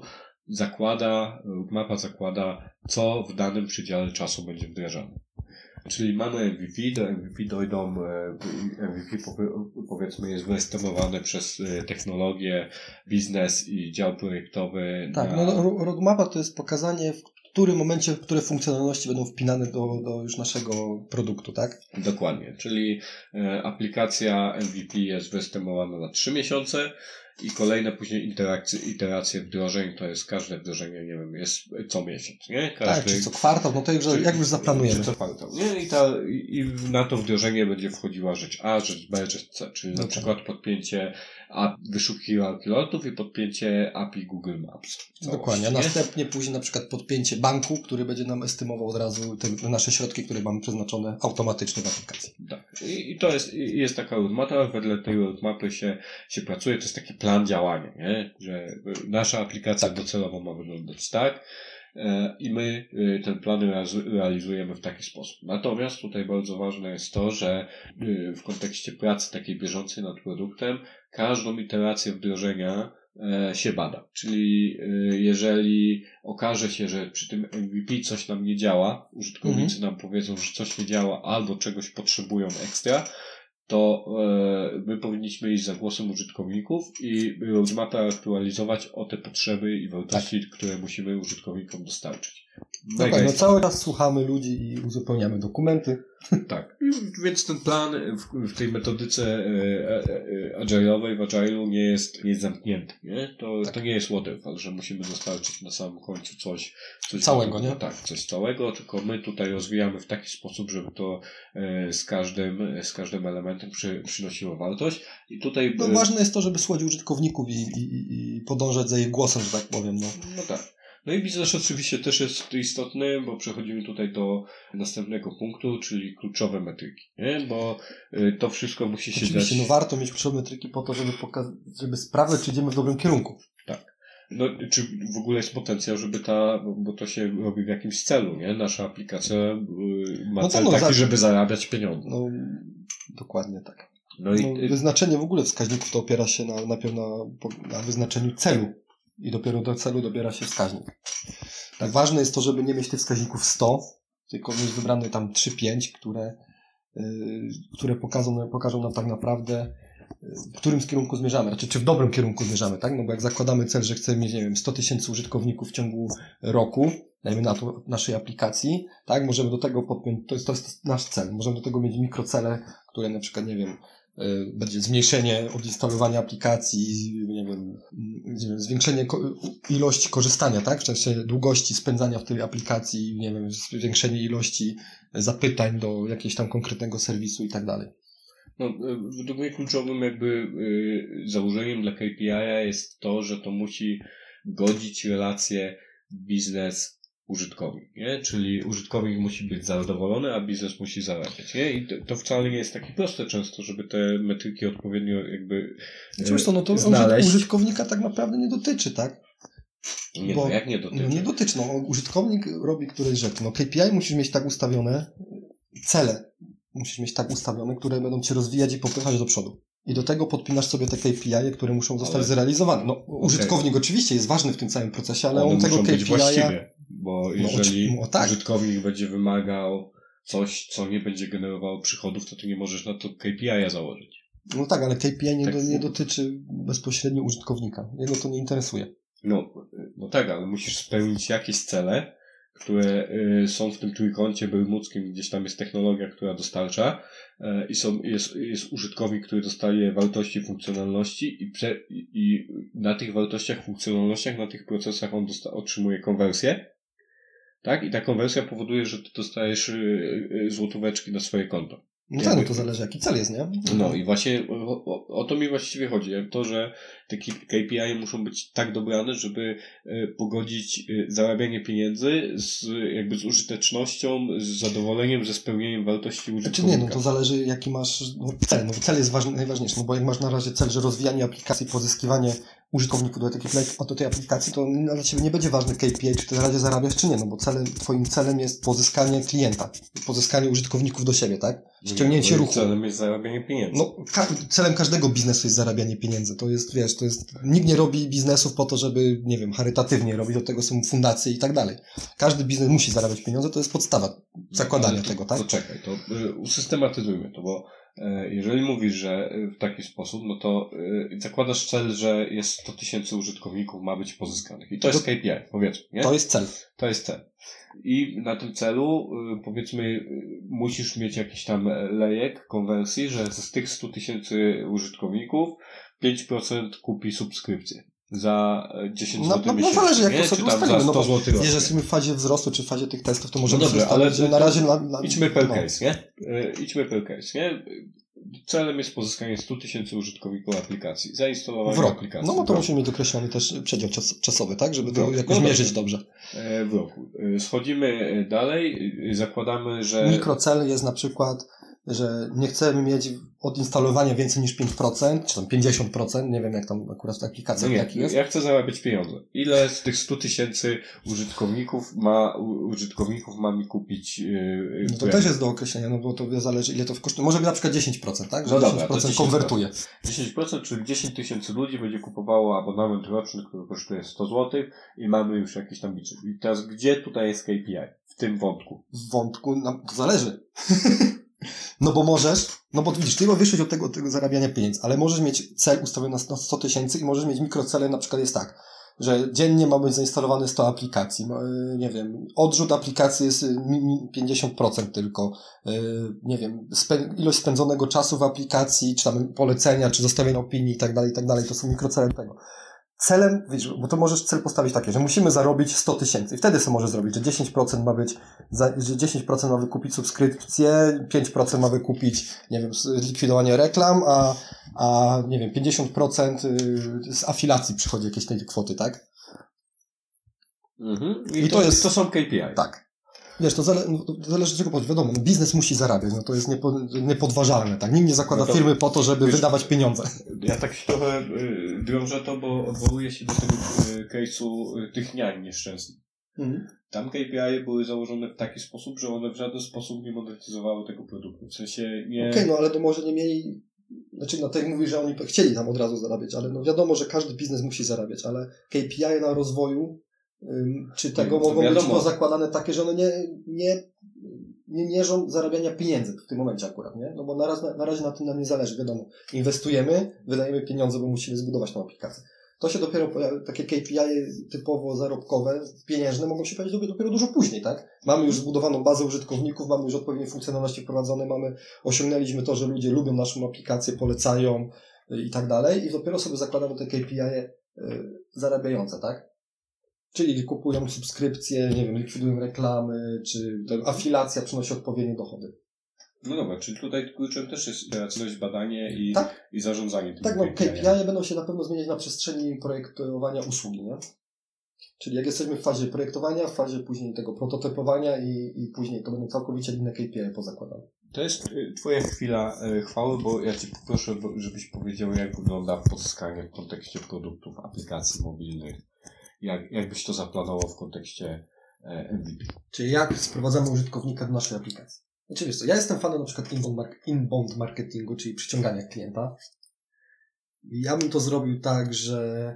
Speaker 3: zakłada, roadmapa zakłada, co w danym przedziale czasu będzie wdrażane. Czyli mamy M V P, do M V P dojdą, M V P powiedzmy jest wyestymowane przez technologię, biznes i dział projektowy.
Speaker 2: Tak,
Speaker 3: na...
Speaker 2: no roadmapa to jest pokazanie, w którym momencie, które funkcjonalności będą wpinane do, do już naszego produktu, tak?
Speaker 3: Dokładnie, czyli aplikacja M V P jest wyestymowana na trzy miesiące i kolejne później iteracje, iteracje wdrożeń, to jest każde wdrożenie, nie wiem, jest co miesiąc, nie? Każdy,
Speaker 2: tak, czy co kwartał, no to jak,
Speaker 3: czy,
Speaker 2: jak już zaplanujemy.
Speaker 3: Czy co kwartał, nie? I, ta, i na to wdrożenie będzie wchodziła rzecz A, rzecz B, rzecz C, czyli no na tak. przykład podpięcie a, wyszukiwarki lotów i podpięcie A P I Google Maps.
Speaker 2: Dokładnie, a następnie później na przykład podpięcie banku, który będzie nam estymował od razu te nasze środki, które mamy przeznaczone automatycznie w aplikacji.
Speaker 3: Tak, i, i to jest, jest taka roadmapa, wedle tej roadmapy się, się pracuje, to jest taki plan działania, nie? Że nasza aplikacja tak. docelowo ma wyglądać tak e, i my e, ten plan realizujemy w taki sposób. Natomiast tutaj bardzo ważne jest to, że e, w kontekście pracy takiej bieżącej nad produktem każdą iterację wdrożenia e, się bada. Czyli e, jeżeli okaże się, że przy tym M V P coś nam nie działa, użytkownicy
Speaker 2: Mhm.
Speaker 3: nam powiedzą, że coś nie działa albo czegoś potrzebują ekstra, to e, my powinniśmy iść za głosem użytkowników i roadmapę aktualizować o te potrzeby i wartości, które musimy użytkownikom dostarczyć.
Speaker 2: No
Speaker 3: Mega
Speaker 2: tak, no
Speaker 3: jest-
Speaker 2: cały czas słuchamy ludzi i uzupełniamy dokumenty.
Speaker 3: tak. I Więc ten plan w, w tej metodyce e, e, e, agile'owej, w agile'u nie jest, nie jest zamknięty. Nie? To,
Speaker 2: Tak.
Speaker 3: to nie jest waterfall, że musimy dostarczyć na samym końcu coś, coś
Speaker 2: Całego,
Speaker 3: gotowego.
Speaker 2: nie?
Speaker 3: Tak, coś całego, tylko my tutaj rozwijamy w taki sposób, żeby to e, z każdym, z każdym elementem przy, przynosiło wartość. I tutaj
Speaker 2: No
Speaker 3: e,
Speaker 2: ważne jest to, żeby słuchać użytkowników i, i, i- i podążać za ich głosem, że tak powiem. No.
Speaker 3: No tak. No i biznes oczywiście też jest istotny, bo przechodzimy tutaj do następnego punktu, czyli kluczowe metryki, nie? Bo y, to wszystko musi się
Speaker 2: Oczywiście,
Speaker 3: dziać.
Speaker 2: no warto mieć kluczowe metryki po to, żeby, pokaz- żeby sprawdzać, czy idziemy w dobrym kierunku.
Speaker 3: No, czy w ogóle jest potencjał, żeby ta, bo- bo to się robi w jakimś celu, nie? Nasza aplikacja y, ma
Speaker 2: No to
Speaker 3: cel
Speaker 2: no,
Speaker 3: taki,
Speaker 2: za-
Speaker 3: żeby zarabiać pieniądze.
Speaker 2: No, dokładnie tak.
Speaker 3: No i
Speaker 2: No,
Speaker 3: y,
Speaker 2: wyznaczenie w ogóle wskaźników to opiera się na, najpierw na, na wyznaczeniu celu i dopiero do celu dobiera się wskaźnik. Tak ważne jest to, żeby nie mieć tych wskaźników sto, tylko mieć wybrane tam trzy pięć, które, yy, które pokażą, pokażą nam tak naprawdę, yy, w którym kierunku zmierzamy, znaczy czy w dobrym kierunku zmierzamy, tak? No bo jak zakładamy cel, że chcemy mieć, nie wiem, sto tysięcy użytkowników w ciągu roku, dajmy na to naszej aplikacji, tak? Możemy do tego podpiąć, to jest, to jest nasz cel, możemy do tego mieć mikrocele, które na przykład, nie wiem, y, będzie zmniejszenie odinstalowania aplikacji, nie wiem, nie wiem zwiększenie ko- ilości korzystania, tak? W sensie długości spędzania w tej aplikacji, nie wiem, zwiększenie ilości zapytań do jakiegoś tam konkretnego serwisu i tak dalej.
Speaker 3: no, y, według mnie kluczowym jakby y, założeniem dla K P I jest to, że to musi godzić relacje biznes użytkownik, nie? Czyli użytkownik musi być zadowolony, a biznes musi zarabiać, nie? I to, to wcale nie jest takie proste często, żeby te metryki odpowiednio jakby e,
Speaker 2: Znaczy, wiesz co, no to
Speaker 3: znaleźć.
Speaker 2: użytkownika tak naprawdę nie dotyczy, tak?
Speaker 3: Nie,
Speaker 2: bo-
Speaker 3: no jak nie dotyczy?
Speaker 2: No nie dotyczy, no użytkownik robi któreś rzeczy. No K P I musisz mieć tak ustawione, cele musisz mieć tak ustawione, które będą cię rozwijać i popychać do przodu. I do tego podpinasz sobie te K P I, które muszą zostać
Speaker 3: Ale-
Speaker 2: zrealizowane. No użytkownik oczywiście jest ważny w tym całym procesie, ale
Speaker 3: One
Speaker 2: on tego
Speaker 3: muszą
Speaker 2: K P I...
Speaker 3: być właściwie, bo
Speaker 2: No,
Speaker 3: jeżeli
Speaker 2: oczy- no tak.
Speaker 3: użytkownik będzie wymagał coś, co nie będzie generowało przychodów, to ty nie możesz na to K P I założyć.
Speaker 2: No tak, ale K P I nie,
Speaker 3: Tak.
Speaker 2: do, nie dotyczy bezpośrednio użytkownika. Jego to nie interesuje.
Speaker 3: No, no tak, ale musisz spełnić jakieś cele, które y, są w tym trójkącie bermudzkim, gdzieś tam jest technologia, która dostarcza y, i są, jest, jest użytkownik, który dostaje wartości, funkcjonalności i, prze, i, i na tych wartościach, funkcjonalnościach, na tych procesach on dosta, otrzymuje konwersję, tak? I ta konwersja powoduje, że ty dostajesz y, y, złotóweczki na swoje konto.
Speaker 2: No tak, no to zależy jaki cel jest, nie?
Speaker 3: No i właśnie o, o, o to mi właściwie chodzi. Jak to, że te K P I muszą być tak dobrane, żeby e, pogodzić e, zarabianie pieniędzy z jakby z użytecznością, z zadowoleniem, ze spełnieniem wartości
Speaker 2: Znaczy
Speaker 3: użytkownika.
Speaker 2: nie, no to zależy jaki masz no, cel. No cel jest ważny, najważniejszy, no bo jak masz na razie cel, że rozwijanie aplikacji, pozyskiwanie użytkowników do tej, do tej aplikacji, to dla ciebie nie będzie ważny K P I, czy ty na razie zarabiasz, czy nie, no bo celem, twoim celem jest pozyskanie klienta, pozyskanie użytkowników do siebie, tak? Ściągnięcie
Speaker 3: No i
Speaker 2: ruchu.
Speaker 3: celem jest zarabianie pieniędzy.
Speaker 2: No, ka- celem każdego biznesu jest zarabianie pieniędzy. To jest, wiesz, to jest, nikt nie robi biznesów po to, żeby, nie wiem, charytatywnie robić, do tego są fundacje i tak dalej. Każdy biznes musi zarabiać pieniądze, to jest podstawa zakładania
Speaker 3: Ale to,
Speaker 2: tego, tak?
Speaker 3: To czekaj, to y, usystematyzujmy to, bo y, jeżeli mówisz, że y, w taki sposób, no to y, zakładasz cel, że jest sto tysięcy użytkowników ma być pozyskanych. I to jest
Speaker 2: To-
Speaker 3: K P I, powiedzmy, nie?
Speaker 2: To jest cel.
Speaker 3: To jest cel. I na tym celu, y, powiedzmy, y, musisz mieć jakiś tam lejek konwersji, że z tych stu tysięcy użytkowników pięć procent kupi subskrypcję za dziesięć
Speaker 2: No,
Speaker 3: złotych
Speaker 2: no, no
Speaker 3: miesięcznie,
Speaker 2: zależy jak
Speaker 3: nie?
Speaker 2: to
Speaker 3: Czy
Speaker 2: sobie
Speaker 3: tam za
Speaker 2: ustawimy, no
Speaker 3: sto
Speaker 2: bo
Speaker 3: złotych
Speaker 2: jeżeli
Speaker 3: rocznie.
Speaker 2: jesteśmy w fazie wzrostu, czy w fazie tych testów, to możemy
Speaker 3: No dobra,
Speaker 2: sobie ustawić,
Speaker 3: ale
Speaker 2: że na
Speaker 3: to-
Speaker 2: razie na, na,
Speaker 3: Idźmy per
Speaker 2: no.
Speaker 3: case, nie? Y, Idźmy per case, nie? Celem jest pozyskanie stu tysięcy użytkowników aplikacji, zainstalowanie
Speaker 2: w rok.
Speaker 3: aplikacji.
Speaker 2: No bo
Speaker 3: w
Speaker 2: to
Speaker 3: roku.
Speaker 2: musimy mieć określony też przedział czas, czasowy, tak? Żeby
Speaker 3: W
Speaker 2: to
Speaker 3: roku.
Speaker 2: jakoś
Speaker 3: No
Speaker 2: mierzyć
Speaker 3: dobrze.
Speaker 2: dobrze.
Speaker 3: E, W roku. E, Schodzimy dalej, e, zakładamy, że...
Speaker 2: Mikrocel jest na przykład że nie chcemy mieć odinstalowania więcej niż pięć procent, czy tam pięćdziesiąt procent, nie wiem jak tam akurat w aplikacjach
Speaker 3: No
Speaker 2: taki
Speaker 3: nie,
Speaker 2: jest.
Speaker 3: ja chcę zarabiać pieniądze. Ile z tych stu tysięcy użytkowników ma, u- użytkowników ma mi kupić yy,
Speaker 2: No to też jest do określenia, no bo to zależy ile to kosztuje. Może być na przykład dziesięć procent, tak? Że
Speaker 3: No dobra,
Speaker 2: dziesięć procent
Speaker 3: to dziesięć procent.
Speaker 2: konwertuje.
Speaker 3: dziesięć procent, czyli dziesięć tysięcy ludzi będzie kupowało abonament roczny, który kosztuje sto złotych i mamy już jakiś tam budżet. I teraz gdzie tutaj jest K P I w tym wątku?
Speaker 2: W wątku, no, to zależy. No bo możesz, no bo widzisz, ty wyszłeś od tego, od tego zarabiania pieniędzy, ale możesz mieć cel ustawiony na sto tysięcy i możesz mieć mikrocele, na przykład jest tak, że dziennie ma być zainstalowane sto aplikacji, no, yy, nie wiem, odrzut aplikacji jest yy, mi- mi- pięćdziesiąt procent tylko, yy, nie wiem, spę- ilość spędzonego czasu w aplikacji, czy tam polecenia, czy zostawienie opinii i tak dalej, i tak dalej, to są mikrocele tego. Celem, widzisz, bo to możesz cel postawić takie, że musimy zarobić sto tysięcy i wtedy sobie możesz zrobić, że dziesięć procent ma być, za, że dziesięć procent ma wykupić subskrypcję, pięć procent ma wykupić, nie wiem, zlikwidowanie reklam, a, a nie wiem, pięćdziesiąt procent z afilacji przychodzi jakieś tej kwoty, tak?
Speaker 3: Mhm. I,
Speaker 2: I
Speaker 3: to,
Speaker 2: to jest-
Speaker 3: to są K P I.
Speaker 2: Tak. Wiesz, to, zale, no, to zależy czego powiedzieć. Wiadomo, no, biznes musi zarabiać, no to jest niepo, niepodważalne, tak? Nikt nie zakłada
Speaker 3: No to-
Speaker 2: firmy po to, żeby
Speaker 3: wiesz-
Speaker 2: wydawać pieniądze.
Speaker 3: Ja tak się trochę y, drążę to, bo odwołuję się do tego y, case'u y, tych niań nieszczęsnych.
Speaker 2: Mhm.
Speaker 3: Tam K P I były założone w taki sposób, że one w żaden sposób nie monetyzowały tego produktu. W sensie nie...
Speaker 2: Okej, no ale to może nie mieli, znaczy no tak mówi, że oni chcieli tam od razu zarabiać, ale no wiadomo, że każdy biznes musi zarabiać, ale K P I na rozwoju, ym, czy tego
Speaker 3: No, to
Speaker 2: mogą
Speaker 3: wiadomo.
Speaker 2: być zakładane takie, że one nie, nie, nie mierzą zarabiania pieniędzy w tym momencie akurat, nie? No bo na, raz, na, na razie na tym nam nie zależy, wiadomo. Inwestujemy, wydajemy pieniądze, bo musimy zbudować tą aplikację. To się dopiero, pojawi- takie K P I typowo zarobkowe, pieniężne mogą się pojawić dopiero, dopiero dużo później, tak? Mamy już zbudowaną bazę użytkowników, mamy już odpowiednie funkcjonalności wprowadzone, mamy, osiągnęliśmy to, że ludzie lubią naszą aplikację, polecają y, i tak dalej i dopiero sobie zakładamy te K P I y, zarabiające, tak? Czyli kupują subskrypcje, nie wiem, likwidują reklamy, czy ta afilacja przynosi odpowiednie dochody.
Speaker 3: No dobra, czyli tutaj kluczem też jest operacyjność, badanie i,
Speaker 2: Tak.
Speaker 3: i zarządzanie tymi
Speaker 2: Tak, no
Speaker 3: K
Speaker 2: K
Speaker 3: P I.
Speaker 2: P I będą się na pewno zmieniać na przestrzeni projektowania usługi, nie? Czyli jak jesteśmy w fazie projektowania, w fazie później tego prototypowania i, i później to będą całkowicie inne K P I pozakładane.
Speaker 3: To jest y, twoja chwila y, chwały, bo ja cię poproszę, bo- żebyś powiedział, jak wygląda pozyskanie w kontekście produktów, aplikacji mobilnych. Jak, jak byś to zaplanował w kontekście e, M V P?
Speaker 2: Czyli jak sprowadzamy użytkownika do naszej aplikacji. Znaczy wiesz co, ja jestem fanem na przykład inbound, mark- inbound marketingu, czyli przyciągania klienta. I ja bym to zrobił tak, że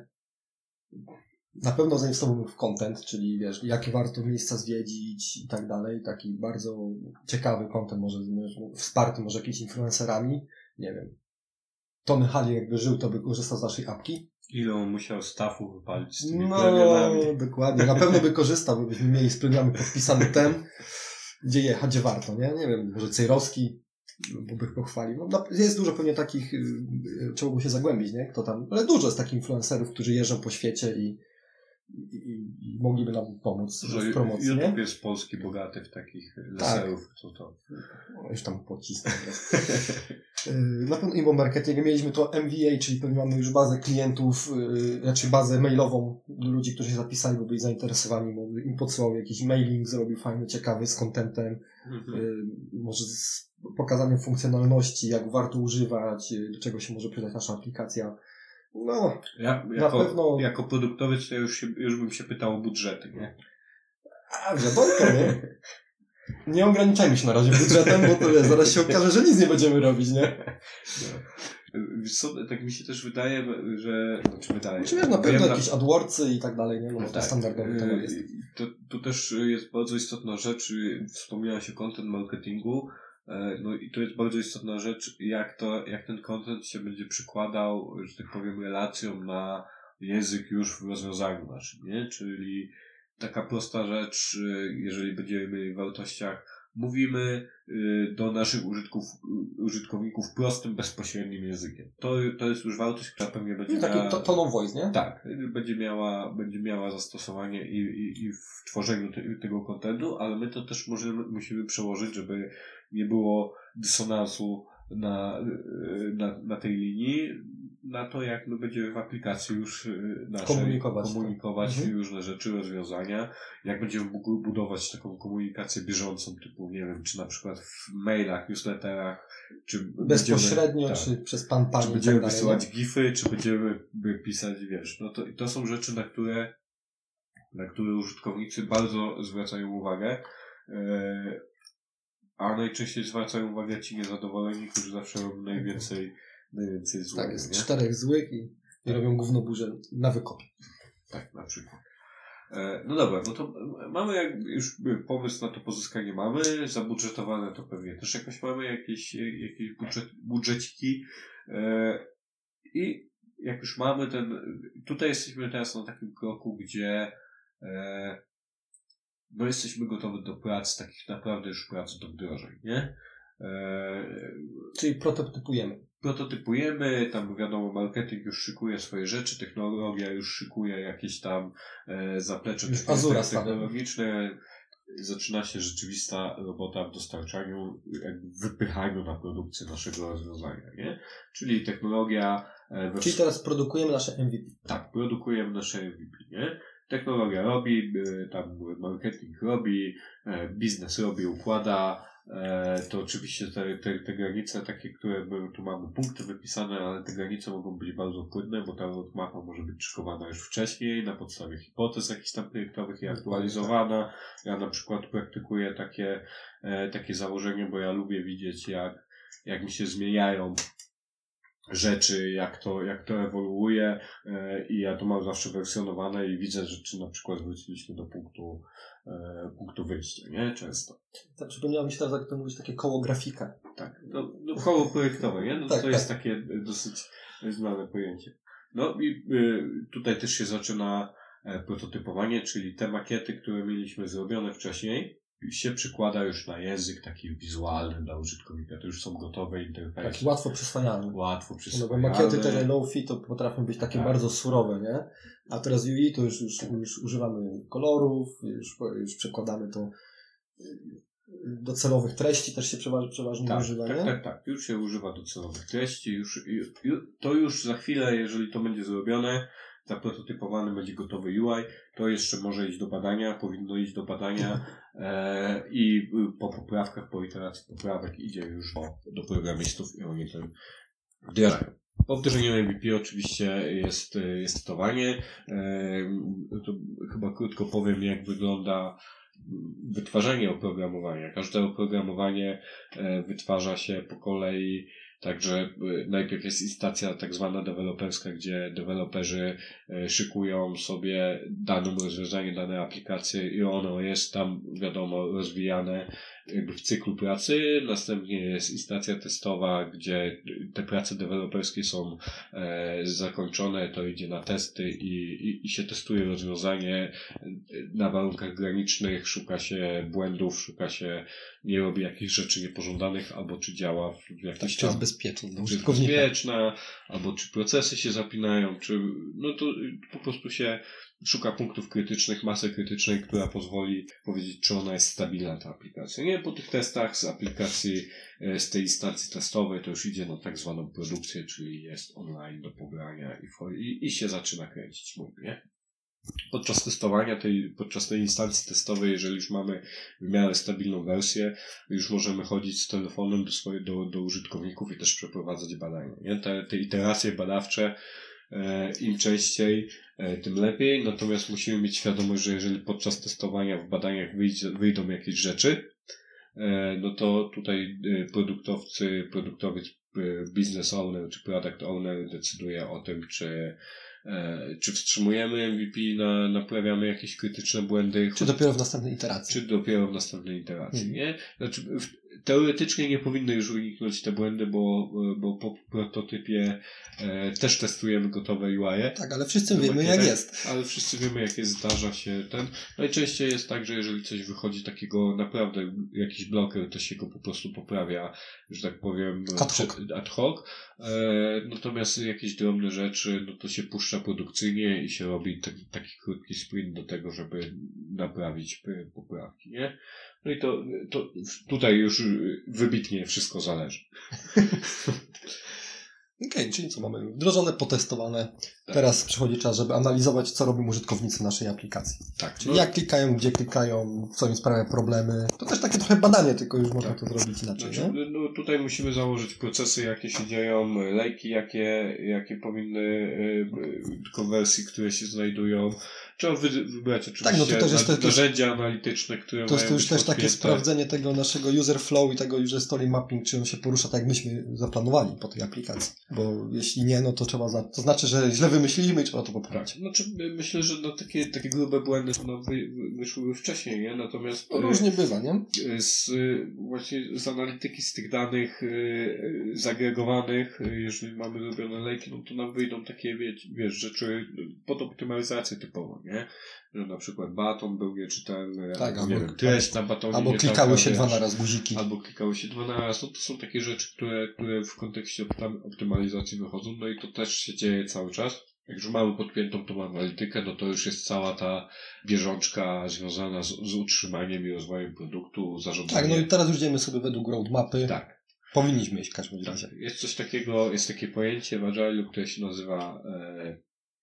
Speaker 2: na pewno zainwestowałbym w content, czyli wiesz, jakie warto miejsca zwiedzić i tak dalej. Taki bardzo ciekawy content, może wsparty może jakimiś influencerami. Nie wiem. Tony Hali jakby żył, to by korzystał z naszej apki.
Speaker 3: Ile on musiał staffu wypalić z tymi
Speaker 2: No,
Speaker 3: plemionami?
Speaker 2: dokładnie. Na pewno by korzystał, gdybyśmy mieli z programu podpisany ten, gdzie jechać, gdzie warto, nie? Nie wiem, może Cejrowski, bo bych pochwalił. No, na- jest dużo pewnie takich, y, y, trzeba by się zagłębić, nie? Kto tam, ale dużo jest takich influencerów, którzy jeżdżą po świecie i, i, i mogliby nam pomóc
Speaker 3: Że
Speaker 2: w promocji, nie?
Speaker 3: YouTube jest polski bogaty w takich leserów, co to.
Speaker 2: No, już tam pocisnę. Yy, Na pewno inbound marketing mieliśmy to M V A, czyli pewnie mamy już bazę klientów, yy, znaczy bazę mailową ludzi, którzy się zapisali, bo byli zainteresowani, bo im podsyłał jakiś mailing, zrobił fajny, ciekawy, z contentem, yy, może z pokazaniem funkcjonalności, jak warto używać, yy, do czego się może przydać nasza aplikacja. No,
Speaker 3: Ja,
Speaker 2: Na
Speaker 3: jako,
Speaker 2: pewno-
Speaker 3: jako produktowiec to już, się, już bym się pytał o budżety, nie?
Speaker 2: a wiadomo, nie? Nie ograniczajmy się na razie budżetem, bo to wiesz, zaraz się okaże, że nic nie będziemy robić, nie?
Speaker 3: Wiesz co, tak mi się też wydaje, że... Znaczy wydaje.
Speaker 2: Czy wiesz, na pewno
Speaker 3: Wiem,
Speaker 2: jakieś AdWordsy i tak dalej, nie? No, bo to
Speaker 3: tak,
Speaker 2: standardowy temat jest.
Speaker 3: y, To, to też jest bardzo istotna rzecz, y, wspomniała się content marketingu, e, no i to jest bardzo istotna rzecz, jak to, jak ten content się będzie przykładał, że tak powiem, relacją na język już w rozwiązaniu naszym, nie? Czyli taka prosta rzecz, y, jeżeli będziemy mieli w wartościach, mówimy y, do naszych użytków, użytkowników prostym, bezpośrednim językiem. To, to jest już wartość, która pewnie będzie
Speaker 2: No, taki
Speaker 3: miała...
Speaker 2: to, tone of voice, nie?
Speaker 3: Tak, będzie miała, będzie miała zastosowanie i, i, i w tworzeniu te, tego kontentu, ale my to też możemy, musimy przełożyć, żeby nie było dysonansu na, na, na tej linii. na to, jak my będziemy w aplikacji już y, naszej
Speaker 2: Komunikować,
Speaker 3: komunikować
Speaker 2: tak.
Speaker 3: różne rzeczy, rozwiązania, jak będziemy mógł budować taką komunikację bieżącą, typu, nie wiem, czy na przykład w mailach, newsletterach, czy
Speaker 2: Bezpośrednio,
Speaker 3: będziemy,
Speaker 2: czy przez pan, pani.
Speaker 3: czy będziemy
Speaker 2: i tak dalej,
Speaker 3: wysyłać
Speaker 2: nie?
Speaker 3: gify, czy będziemy by pisać, wiesz, no to, to są rzeczy, na które na które użytkownicy bardzo zwracają uwagę, yy, a najczęściej zwracają uwagę ci niezadowoleni, którzy zawsze robią najwięcej, najwięcej złego.
Speaker 2: Tak, jest
Speaker 3: nie?
Speaker 2: czterech złych i, i robią gównoburzę na wykop.
Speaker 3: Tak, na przykład. E, No dobra, no to mamy jak już pomysł na to pozyskanie mamy, zabudżetowane to pewnie też jakoś mamy, jakieś, jakieś budżet, budżeciki e, i jak już mamy ten, tutaj jesteśmy teraz na takim kroku, gdzie e, no jesteśmy gotowi do prac, takich naprawdę już prac do wdrożeń, nie? E,
Speaker 2: Czyli prototypujemy.
Speaker 3: prototypujemy, tam wiadomo, marketing już szykuje swoje rzeczy, technologia już szykuje jakieś tam e, zaplecze
Speaker 2: Już
Speaker 3: techn-
Speaker 2: Azura
Speaker 3: technologiczne. Zaczyna się rzeczywista robota w dostarczaniu, jakby wypychaniu na produkcję naszego rozwiązania, nie? Czyli technologia... E, we
Speaker 2: Czyli teraz produkujemy nasze M V P.
Speaker 3: tak, produkujemy nasze M V P, nie? Technologia robi, e, tam marketing robi, e, biznes robi, układa. E, to oczywiście te, te, te granice takie, które my tu mamy punkty wypisane, ale te granice mogą być bardzo płynne, bo ta roadmapa może być szykowana już wcześniej, na podstawie hipotez jakichś tam projektowych i aktualizowana. Ja na przykład praktykuję takie, e, takie założenie, bo ja lubię widzieć, jak, jak mi się zmieniają rzeczy, jak to, jak to ewoluuje e, i ja to mam zawsze wersjonowane i widzę, że czy na przykład wróciliśmy do punktu, e, punktu wyjścia, nie? Często.
Speaker 2: Tak, przypomniało mi się teraz, jak to mówić, takie koło grafika.
Speaker 3: Tak. No, no koło projektowe, nie? No
Speaker 2: Tak,
Speaker 3: to jest
Speaker 2: tak.
Speaker 3: takie dosyć znane pojęcie. No i y, tutaj też się zaczyna e, prototypowanie, czyli te makiety, które mieliśmy zrobione wcześniej, się przykłada już na język taki wizualny dla użytkownika. To już są gotowe interfejsy.
Speaker 2: Taki łatwo przyswajalny.
Speaker 3: Łatwo
Speaker 2: No bo
Speaker 3: przyswajalne.
Speaker 2: makiety te low-fi to potrafią być takie
Speaker 3: Tak.
Speaker 2: bardzo surowe, nie? A teraz U I to już, już, już używamy kolorów, już, już przekładamy to do celowych treści, też się przeważnie, przeważnie
Speaker 3: Tak,
Speaker 2: używa,
Speaker 3: tak,
Speaker 2: nie?
Speaker 3: tak, tak. Już się używa do celowych treści. Już, ju, ju, to już za chwilę, jeżeli to będzie zrobione, zaprototypowany będzie gotowy U I, to jeszcze może iść do badania, powinno iść do badania e, i po poprawkach, po iteracji poprawek idzie już do, do programistów i oni to wdrażają. Po wdrożeniu M V P oczywiście jest, jest testowanie. E, to chyba krótko powiem, jak wygląda wytwarzanie oprogramowania. Każde oprogramowanie e, wytwarza się po kolei. Także najpierw jest instacja tak zwana deweloperska, gdzie deweloperzy szykują sobie dane rozwiązanie, dane aplikacje i ono jest tam, wiadomo, rozwijane jakby w cyklu pracy. Następnie jest instacja testowa, gdzie te prace deweloperskie są e, zakończone, to idzie na testy i, i, i się testuje rozwiązanie na warunkach granicznych, szuka się błędów, szuka się, nie robi jakichś rzeczy niepożądanych, albo czy działa w, w jakiś
Speaker 2: Tak,
Speaker 3: tam...
Speaker 2: czy jest bezpieczny dla
Speaker 3: czy jest
Speaker 2: użytkownika.
Speaker 3: bezpieczna, albo czy procesy się zapinają, czy no to po prostu się szuka punktów krytycznych, masy krytycznej, która pozwoli powiedzieć, czy ona jest stabilna, ta aplikacja. Nie, po tych testach z aplikacji, z tej instancji testowej to już idzie na tak zwaną produkcję, czyli jest online do pobrania i, i, i się zaczyna kręcić, mówię, nie? Podczas testowania tej, podczas tej instancji testowej, jeżeli już mamy w miarę stabilną wersję, już możemy chodzić z telefonem do swoich, do, do użytkowników i też przeprowadzać badania, nie? Te, te iteracje badawcze, e, im częściej, e, tym lepiej, natomiast musimy mieć świadomość, że jeżeli podczas testowania w badaniach wyjdzie, wyjdą jakieś rzeczy, e, no to tutaj e, produktowcy, produktowiec, e, business owner czy product owner decyduje o tym, czy czy wstrzymujemy M V P, na, naprawiamy jakieś krytyczne błędy.
Speaker 2: Czy dopiero w następnej iteracji.
Speaker 3: Czy dopiero w następnej iteracji,
Speaker 2: hmm.
Speaker 3: nie? Znaczy, w, teoretycznie nie powinny już uniknąć te błędy, bo, bo po prototypie e, też testujemy gotowe U I-e.
Speaker 2: Tak, ale wszyscy wiemy, jak jest.
Speaker 3: Ale wszyscy wiemy, jak jest, zdarza się ten. Najczęściej jest tak, że jeżeli coś wychodzi takiego naprawdę, jakiś bloker, to się go po prostu poprawia, że tak powiem,
Speaker 2: ad hoc.
Speaker 3: Ad hoc. E, natomiast jakieś drobne rzeczy, no to się puszcza produkcyjnie i się robi t- taki krótki sprint do tego, żeby naprawić poprawki, nie? No i to, to tutaj już wybitnie wszystko zależy.
Speaker 2: Okej, okay, czyli co mamy? Wdrożone, potestowane.
Speaker 3: Tak.
Speaker 2: Teraz przychodzi czas, żeby analizować, co robią użytkownicy naszej aplikacji.
Speaker 3: Tak.
Speaker 2: Czyli
Speaker 3: no,
Speaker 2: jak klikają, gdzie klikają, co im sprawia problemy. To też takie trochę badanie, tylko już można
Speaker 3: tak.
Speaker 2: to zrobić inaczej,
Speaker 3: Znaczy,
Speaker 2: nie?
Speaker 3: no, tutaj musimy założyć procesy, jakie się dzieją, lejki, jakie, jakie powinny, y, y, konwersji, które się znajdują. Trzeba wy, wybrać oczywiście
Speaker 2: Tak, no to też jest
Speaker 3: na,
Speaker 2: też-
Speaker 3: narzędzia analityczne, które
Speaker 2: To jest
Speaker 3: mają
Speaker 2: to już
Speaker 3: być
Speaker 2: też takie
Speaker 3: podpięte.
Speaker 2: sprawdzenie tego naszego user flow i tego user story mapping, czy on się porusza tak, jak myśmy zaplanowali po tej aplikacji. Bo jeśli nie, no to trzeba za... To znaczy, że źle wymyśliliśmy i trzeba to
Speaker 3: Tak,
Speaker 2: poprawić.
Speaker 3: znaczy myślę, że no, takie, takie grube błędy no, wy, wy, wyszły wcześniej, nie? Natomiast
Speaker 2: To różnie bywa, nie?
Speaker 3: z, właśnie z analityki, z tych danych y, zagregowanych, y, jeżeli mamy robione lejki, no to nam wyjdą takie, wiesz, wiesz rzeczy pod optymalizację typowo, nie? Że na przykład baton był nieczytelny,
Speaker 2: Tak,
Speaker 3: albo, nie
Speaker 2: albo-
Speaker 3: wiem, treść na batonie
Speaker 2: Albo
Speaker 3: nie
Speaker 2: klikały
Speaker 3: taka,
Speaker 2: się
Speaker 3: wiesz,
Speaker 2: dwa na raz guziki.
Speaker 3: Albo klikały się dwa na raz. No to są takie rzeczy, które, które w kontekście optam- optymalizacji wychodzą, no i to też się dzieje cały czas. Jak już mamy podpiętą tą analitykę, no to już jest cała ta bieżączka związana z, z utrzymaniem i rozwojem produktu, zarządzaniem.
Speaker 2: Tak, no i teraz już idziemy sobie według roadmapy.
Speaker 3: Tak.
Speaker 2: Powinniśmy iść w każdym
Speaker 3: Tak.
Speaker 2: razie.
Speaker 3: Jest coś takiego, jest takie pojęcie w Agile'u, które się nazywa e,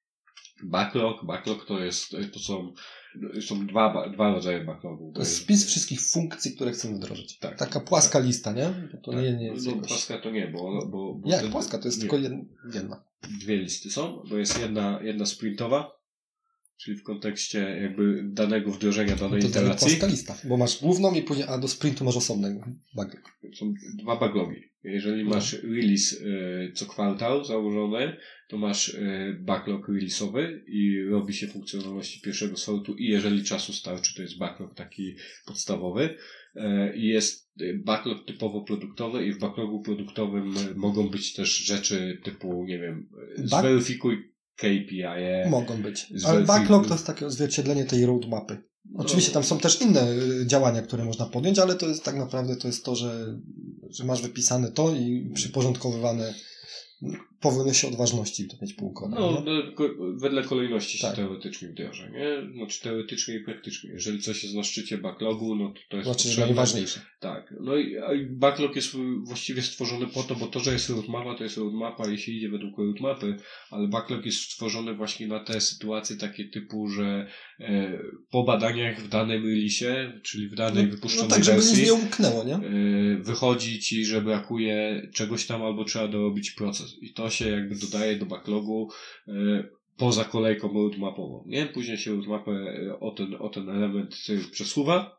Speaker 3: backlog. Backlog to jest, to są, są dwa, ba- dwa rodzaje backlogów.
Speaker 2: To jest spis wszystkich funkcji, które chcemy wdrożyć.
Speaker 3: Tak.
Speaker 2: Taka płaska lista, nie? Bo to
Speaker 3: Tak.
Speaker 2: nie, nie jest
Speaker 3: No,
Speaker 2: jakoś...
Speaker 3: płaska to nie, bo... bo, bo
Speaker 2: Jak
Speaker 3: ten-
Speaker 2: płaska? To jest
Speaker 3: nie.
Speaker 2: tylko jedna. jedna.
Speaker 3: Dwie listy są, bo jest jedna, jedna sprintowa, czyli w kontekście jakby danego wdrożenia danej
Speaker 2: To jest
Speaker 3: iteracji.
Speaker 2: płaska lista, bo masz główną i później, a do sprintu masz osobny backlog.
Speaker 3: Są dwa backlogi. Jeżeli masz release y, co kwartał założony, to masz y, backlog release'owy i robi się funkcjonalności pierwszego sortu i jeżeli czasu starczy, to jest backlog taki podstawowy. Y, I jest y, backlog typowo produktowy i w backlogu produktowym y, mogą być też rzeczy typu, nie wiem, y,
Speaker 2: Back-
Speaker 3: zweryfikuj K P I e.
Speaker 2: Mogą być. Ale
Speaker 3: Zweryfikuj-
Speaker 2: backlog to jest takie odzwierciedlenie tej roadmapy. Oczywiście tam są też inne y, działania, które można podjąć, ale to jest tak naprawdę to jest to, że, że masz wypisane to i przyporządkowywane powinno się od ważności to mieć półkora.
Speaker 3: No,
Speaker 2: nie?
Speaker 3: no, ko- wedle kolejności się
Speaker 2: Tak.
Speaker 3: teoretycznie wdraża, nie? Znaczy teoretycznie i praktycznie. Jeżeli coś jest na szczycie backlogu, no to to jest
Speaker 2: Znaczy, że
Speaker 3: potrzebne.
Speaker 2: najważniejsze.
Speaker 3: Tak. No i a i backlog jest właściwie stworzony po to, bo to, że jest roadmapa, to jest roadmapa, jeśli idzie według roadmapy, ale backlog jest stworzony właśnie na te sytuacje takie typu, że e, po badaniach w danym release'ie, czyli w danej
Speaker 2: No,
Speaker 3: wypuszczonej
Speaker 2: no tak, żeby
Speaker 3: wersji,
Speaker 2: nic nie umknęło, nie?
Speaker 3: Yy, wychodzi ci, że brakuje czegoś tam albo trzeba dorobić proces. I to się jakby dodaje do backlogu yy, poza kolejką roadmapową, nie? Później się roadmapę yy, o ten, o ten element yy, przesuwa,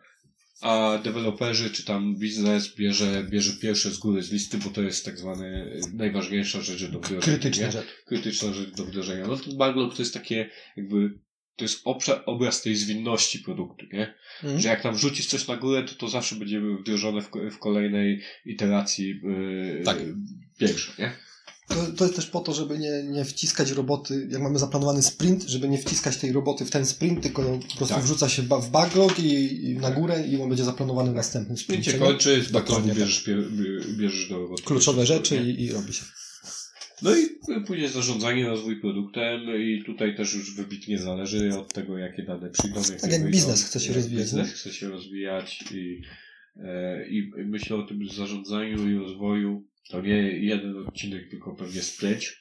Speaker 3: a deweloperzy czy tam biznes bierze, bierze pierwsze z góry z listy, bo to jest tak zwane yy, najważniejsza rzecz do wdrożenia.
Speaker 2: Krytyczna
Speaker 3: nie?
Speaker 2: rzecz.
Speaker 3: Krytyczna rzecz do wdrożenia. No ten backlog to jest takie jakby to jest obszar, obraz tej zwinności produktu, nie?
Speaker 2: Mhm.
Speaker 3: Że jak tam wrzucisz coś na górę, to to zawsze będzie wdrożone w, w kolejnej iteracji yy,
Speaker 2: Tak.
Speaker 3: większe, nie?
Speaker 2: To, to jest też po to, żeby nie, nie wciskać roboty, jak mamy zaplanowany sprint, żeby nie wciskać tej roboty w ten sprint, tylko po prostu
Speaker 3: Tak.
Speaker 2: wrzuca się ba- w backlog i, i na górę i on będzie zaplanowany w następnym
Speaker 3: Sprint
Speaker 2: sprincie.
Speaker 3: się
Speaker 2: nie?
Speaker 3: kończy, z backlogu
Speaker 2: Dokładnie
Speaker 3: bierzesz, pie- bierzesz do roboty.
Speaker 2: Kluczowe rzeczy
Speaker 3: Nie?
Speaker 2: i, i robi się.
Speaker 3: No i później zarządzanie, rozwój produktem i tutaj też już wybitnie zależy od tego, jakie dane przyjdą. jakie
Speaker 2: Tak jak
Speaker 3: wyjdą,
Speaker 2: biznes chce się
Speaker 3: jak
Speaker 2: rozwijać,
Speaker 3: Biznes
Speaker 2: nie?
Speaker 3: chce się rozwijać i, e, i myślę o tym zarządzaniu i rozwoju. To nie jeden odcinek, tylko pewnie z pięć,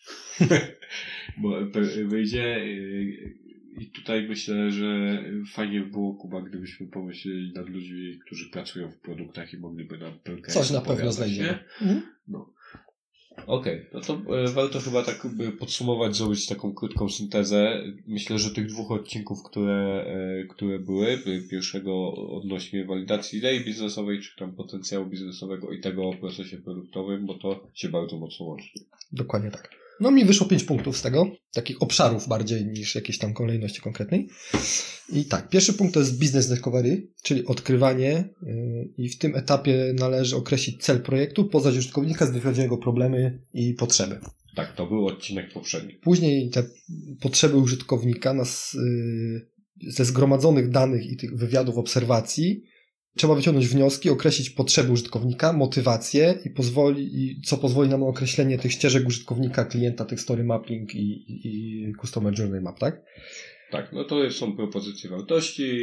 Speaker 3: bo pe- wyjdzie y, i tutaj myślę, że fajnie by było, Kuba, gdybyśmy pomyśleli nad ludźmi, którzy pracują w produktach i mogliby nam pełkę
Speaker 2: Coś na pewno
Speaker 3: opowiadać,
Speaker 2: znajdziemy.
Speaker 3: nie?
Speaker 2: Mhm.
Speaker 3: No. Okej, okay, no to e, warto chyba tak by podsumować, zrobić taką krótką syntezę. Myślę, że tych dwóch odcinków, które, e, które były, y, pierwszego odnośnie walidacji idei biznesowej, czy tam potencjału biznesowego i tego o procesie produktowym, bo to się bardzo mocno łączy.
Speaker 2: Dokładnie tak. No mi wyszło pięć punktów z tego, takich obszarów bardziej niż jakiejś tam kolejności konkretnej. I tak, pierwszy punkt to jest business discovery, czyli odkrywanie yy, i w tym etapie należy określić cel projektu, poznać użytkownika, zidentyfikować jego problemy i potrzeby.
Speaker 3: Tak, to był odcinek poprzedni.
Speaker 2: Później te potrzeby użytkownika nas, yy, ze zgromadzonych danych i tych wywiadów, obserwacji trzeba wyciągnąć wnioski, określić potrzeby użytkownika, motywacje i pozwoli, i co pozwoli nam na określenie tych ścieżek użytkownika, klienta, tych story mapping i, i, i customer journey map, tak?
Speaker 3: Tak, no to są propozycje wartości,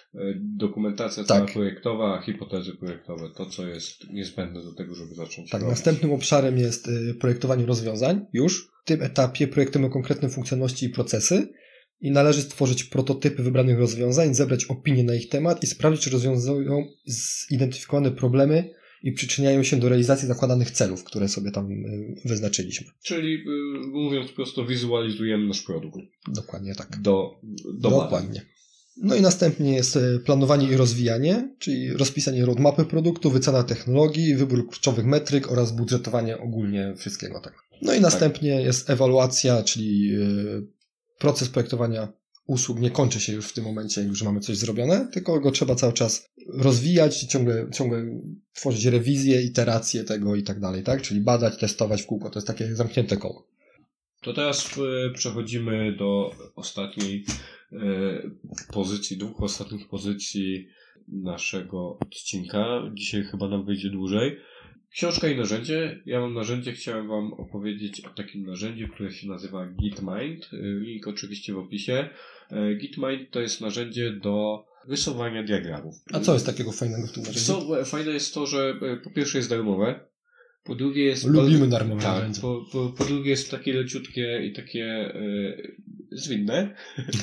Speaker 3: dokumentacja
Speaker 2: Tak.
Speaker 3: cała projektowa, a hipotezy projektowe, to co jest niezbędne do tego, żeby zacząć
Speaker 2: Tak,
Speaker 3: robić.
Speaker 2: następnym obszarem jest y, projektowanie rozwiązań już. W tym etapie projektujemy konkretne funkcjonalności i procesy i należy stworzyć prototypy wybranych rozwiązań, zebrać opinie na ich temat i sprawdzić, czy rozwiązują zidentyfikowane problemy i przyczyniają się do realizacji zakładanych celów, które sobie tam y, wyznaczyliśmy.
Speaker 3: Czyli y, mówiąc prosto, wizualizujemy nasz produkt.
Speaker 2: Dokładnie tak.
Speaker 3: Do, do
Speaker 2: Dokładnie. No i następnie jest y, planowanie i rozwijanie, czyli rozpisanie roadmapy produktu, wycena technologii, wybór kluczowych metryk oraz budżetowanie ogólnie wszystkiego. Tak. No i następnie jest ewaluacja, czyli y, proces projektowania usług nie kończy się już w tym momencie, jak już mamy coś zrobione, tylko go trzeba cały czas rozwijać, ciągle, ciągle tworzyć rewizje, iteracje tego i tak dalej, tak? Czyli badać, testować w kółko. To jest takie zamknięte koło.
Speaker 3: To teraz y, przechodzimy do ostatniej y, pozycji, dwóch ostatnich pozycji naszego odcinka. Dzisiaj chyba nam wyjdzie dłużej. Książka i narzędzie. Ja mam narzędzie, chciałem Wam opowiedzieć o takim narzędziu, które się nazywa Gitmind. Link oczywiście w opisie. Gitmind to jest narzędzie do rysowania diagramów.
Speaker 2: A co jest takiego fajnego w tym narzędziu?
Speaker 3: Co fajne jest to, że po pierwsze jest darmowe, po drugie jest...
Speaker 2: Lubimy darmowe
Speaker 3: tak,
Speaker 2: narzędzia.
Speaker 3: po, po, po drugie jest takie leciutkie i takie y, zwinne.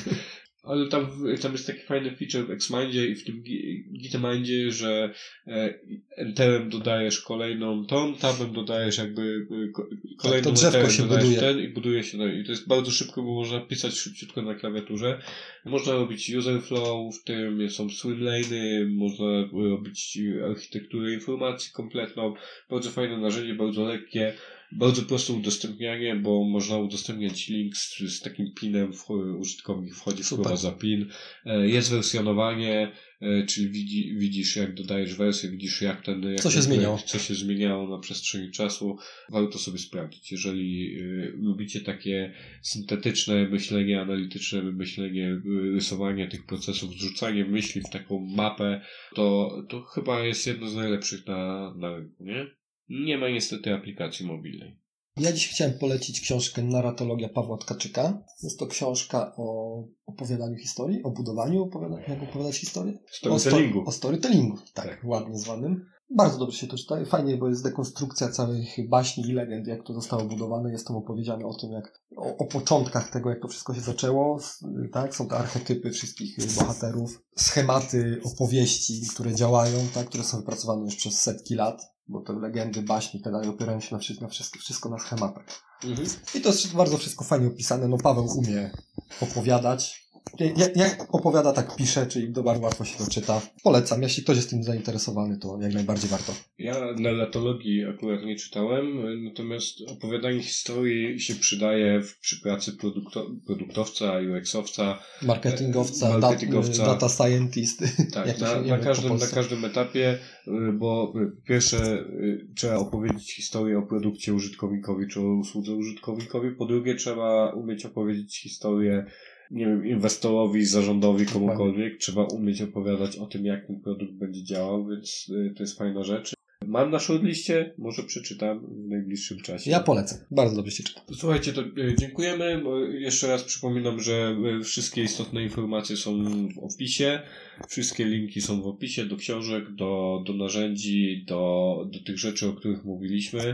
Speaker 3: Ale tam, tam jest taki fajny feature w Xmindzie i w tym Gitmindzie, że e, enterem dodajesz kolejną tą, tabem dodajesz jakby ko, kolejną
Speaker 2: tak, to drzewko
Speaker 3: enterem
Speaker 2: się
Speaker 3: dodajesz
Speaker 2: buduje.
Speaker 3: ten i buduje się. No, i to jest bardzo szybko, bo można pisać szybciutko na klawiaturze. Można robić user flow, w tym są swimlane'y, można robić architekturę informacji kompletną. Bardzo fajne narzędzie, bardzo lekkie. Bardzo proste udostępnianie, bo można udostępniać link z, z takim pinem, w, użytkownik wchodzi, wprowadza pin. Jest wersjonowanie, czyli widzi, widzisz jak dodajesz wersję, widzisz jak ten... Jak
Speaker 2: co się
Speaker 3: ten,
Speaker 2: zmieniało.
Speaker 3: Co się zmieniało na przestrzeni czasu. Warto sobie sprawdzić. Jeżeli y, lubicie takie syntetyczne myślenie, analityczne myślenie, y, rysowanie tych procesów, zrzucanie myśli w taką mapę, to, to chyba jest jedno z najlepszych na, na rynku, nie? Nie ma niestety aplikacji mobilnej.
Speaker 2: Ja dziś chciałem polecić książkę Narratologia Pawła Tkaczyka. Jest to książka o opowiadaniu historii, o budowaniu opowiadania, jak opowiadać historię.
Speaker 3: Storytellingu.
Speaker 2: O, sto- o storytellingu, tak,
Speaker 3: Tak.
Speaker 2: ładnie zwanym. Bardzo dobrze się to czyta. Fajnie, bo jest dekonstrukcja całych baśni i legend, jak to zostało budowane. Jest tam opowiedziane o tym, jak o, o początkach tego, jak to wszystko się zaczęło. Tak? Są te archetypy wszystkich bohaterów, schematy opowieści, które działają, tak? Które są wypracowane już przez setki lat. Bo te legendy, baśni, te dalej opierają się na, wszystko, na wszystko, wszystko na schematach.
Speaker 3: Mhm.
Speaker 2: I to jest bardzo wszystko fajnie opisane. No Paweł umie opowiadać. Jak, jak opowiada, tak pisze, czyli do bardzo łatwo się to czyta. Polecam. Jeśli ktoś jest tym zainteresowany, to jak najbardziej warto.
Speaker 3: Ja narratologii akurat nie czytałem, natomiast opowiadanie historii się przydaje w, przy pracy produkto, produktowca, U X-owca,
Speaker 2: Marketingowca,
Speaker 3: marketingowca.
Speaker 2: Dat, data scientist.
Speaker 3: Tak,
Speaker 2: jak to
Speaker 3: na,
Speaker 2: się, nie
Speaker 3: na,
Speaker 2: wiem,
Speaker 3: każdym,
Speaker 2: po
Speaker 3: na
Speaker 2: polsku.
Speaker 3: każdym etapie, bo po pierwsze trzeba opowiedzieć historię o produkcie użytkownikowi czy o usłudze użytkownikowi, po drugie trzeba umieć opowiedzieć historię, nie wiem, inwestorowi, zarządowi, komukolwiek. Trzeba umieć opowiadać o tym, jak ten produkt będzie działał, więc to jest fajna rzecz. Mam na shortliście, może przeczytam w najbliższym czasie.
Speaker 2: Ja polecam. Bardzo dobrze się czyta.
Speaker 3: Słuchajcie, to dziękujemy. Jeszcze raz przypominam, że wszystkie istotne informacje są w opisie. Wszystkie linki są w opisie do książek, do, do narzędzi, do, do tych rzeczy, o których mówiliśmy.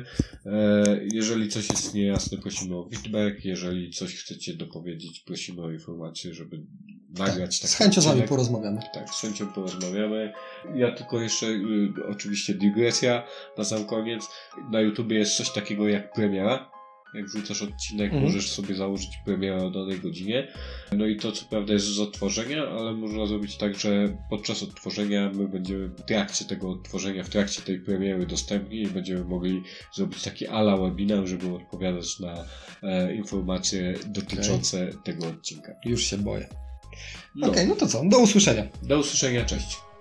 Speaker 3: Jeżeli coś jest niejasne, prosimy o feedback. Jeżeli coś chcecie dopowiedzieć, prosimy o informację, żeby nagrać
Speaker 2: Tak,
Speaker 3: taki
Speaker 2: z chęcią z wami
Speaker 3: odcinek.
Speaker 2: porozmawiamy.
Speaker 3: Tak, z chęcią porozmawiamy. Ja tylko jeszcze, y, oczywiście dygresja na sam koniec. Na YouTubie jest coś takiego jak premiera. Jak wrzucasz odcinek,
Speaker 2: Mhm.
Speaker 3: możesz sobie założyć premierę o danej godzinie. No i to co prawda jest z odtworzenia, ale można zrobić tak, że podczas odtworzenia my będziemy w trakcie tego odtworzenia, w trakcie tej premiery dostępni i będziemy mogli zrobić taki ala webinar, żeby odpowiadać na e, informacje dotyczące okay. tego odcinka.
Speaker 2: Już się boję.
Speaker 3: No.
Speaker 2: Okej, okay, no to co? Do usłyszenia.
Speaker 3: Do usłyszenia, cześć.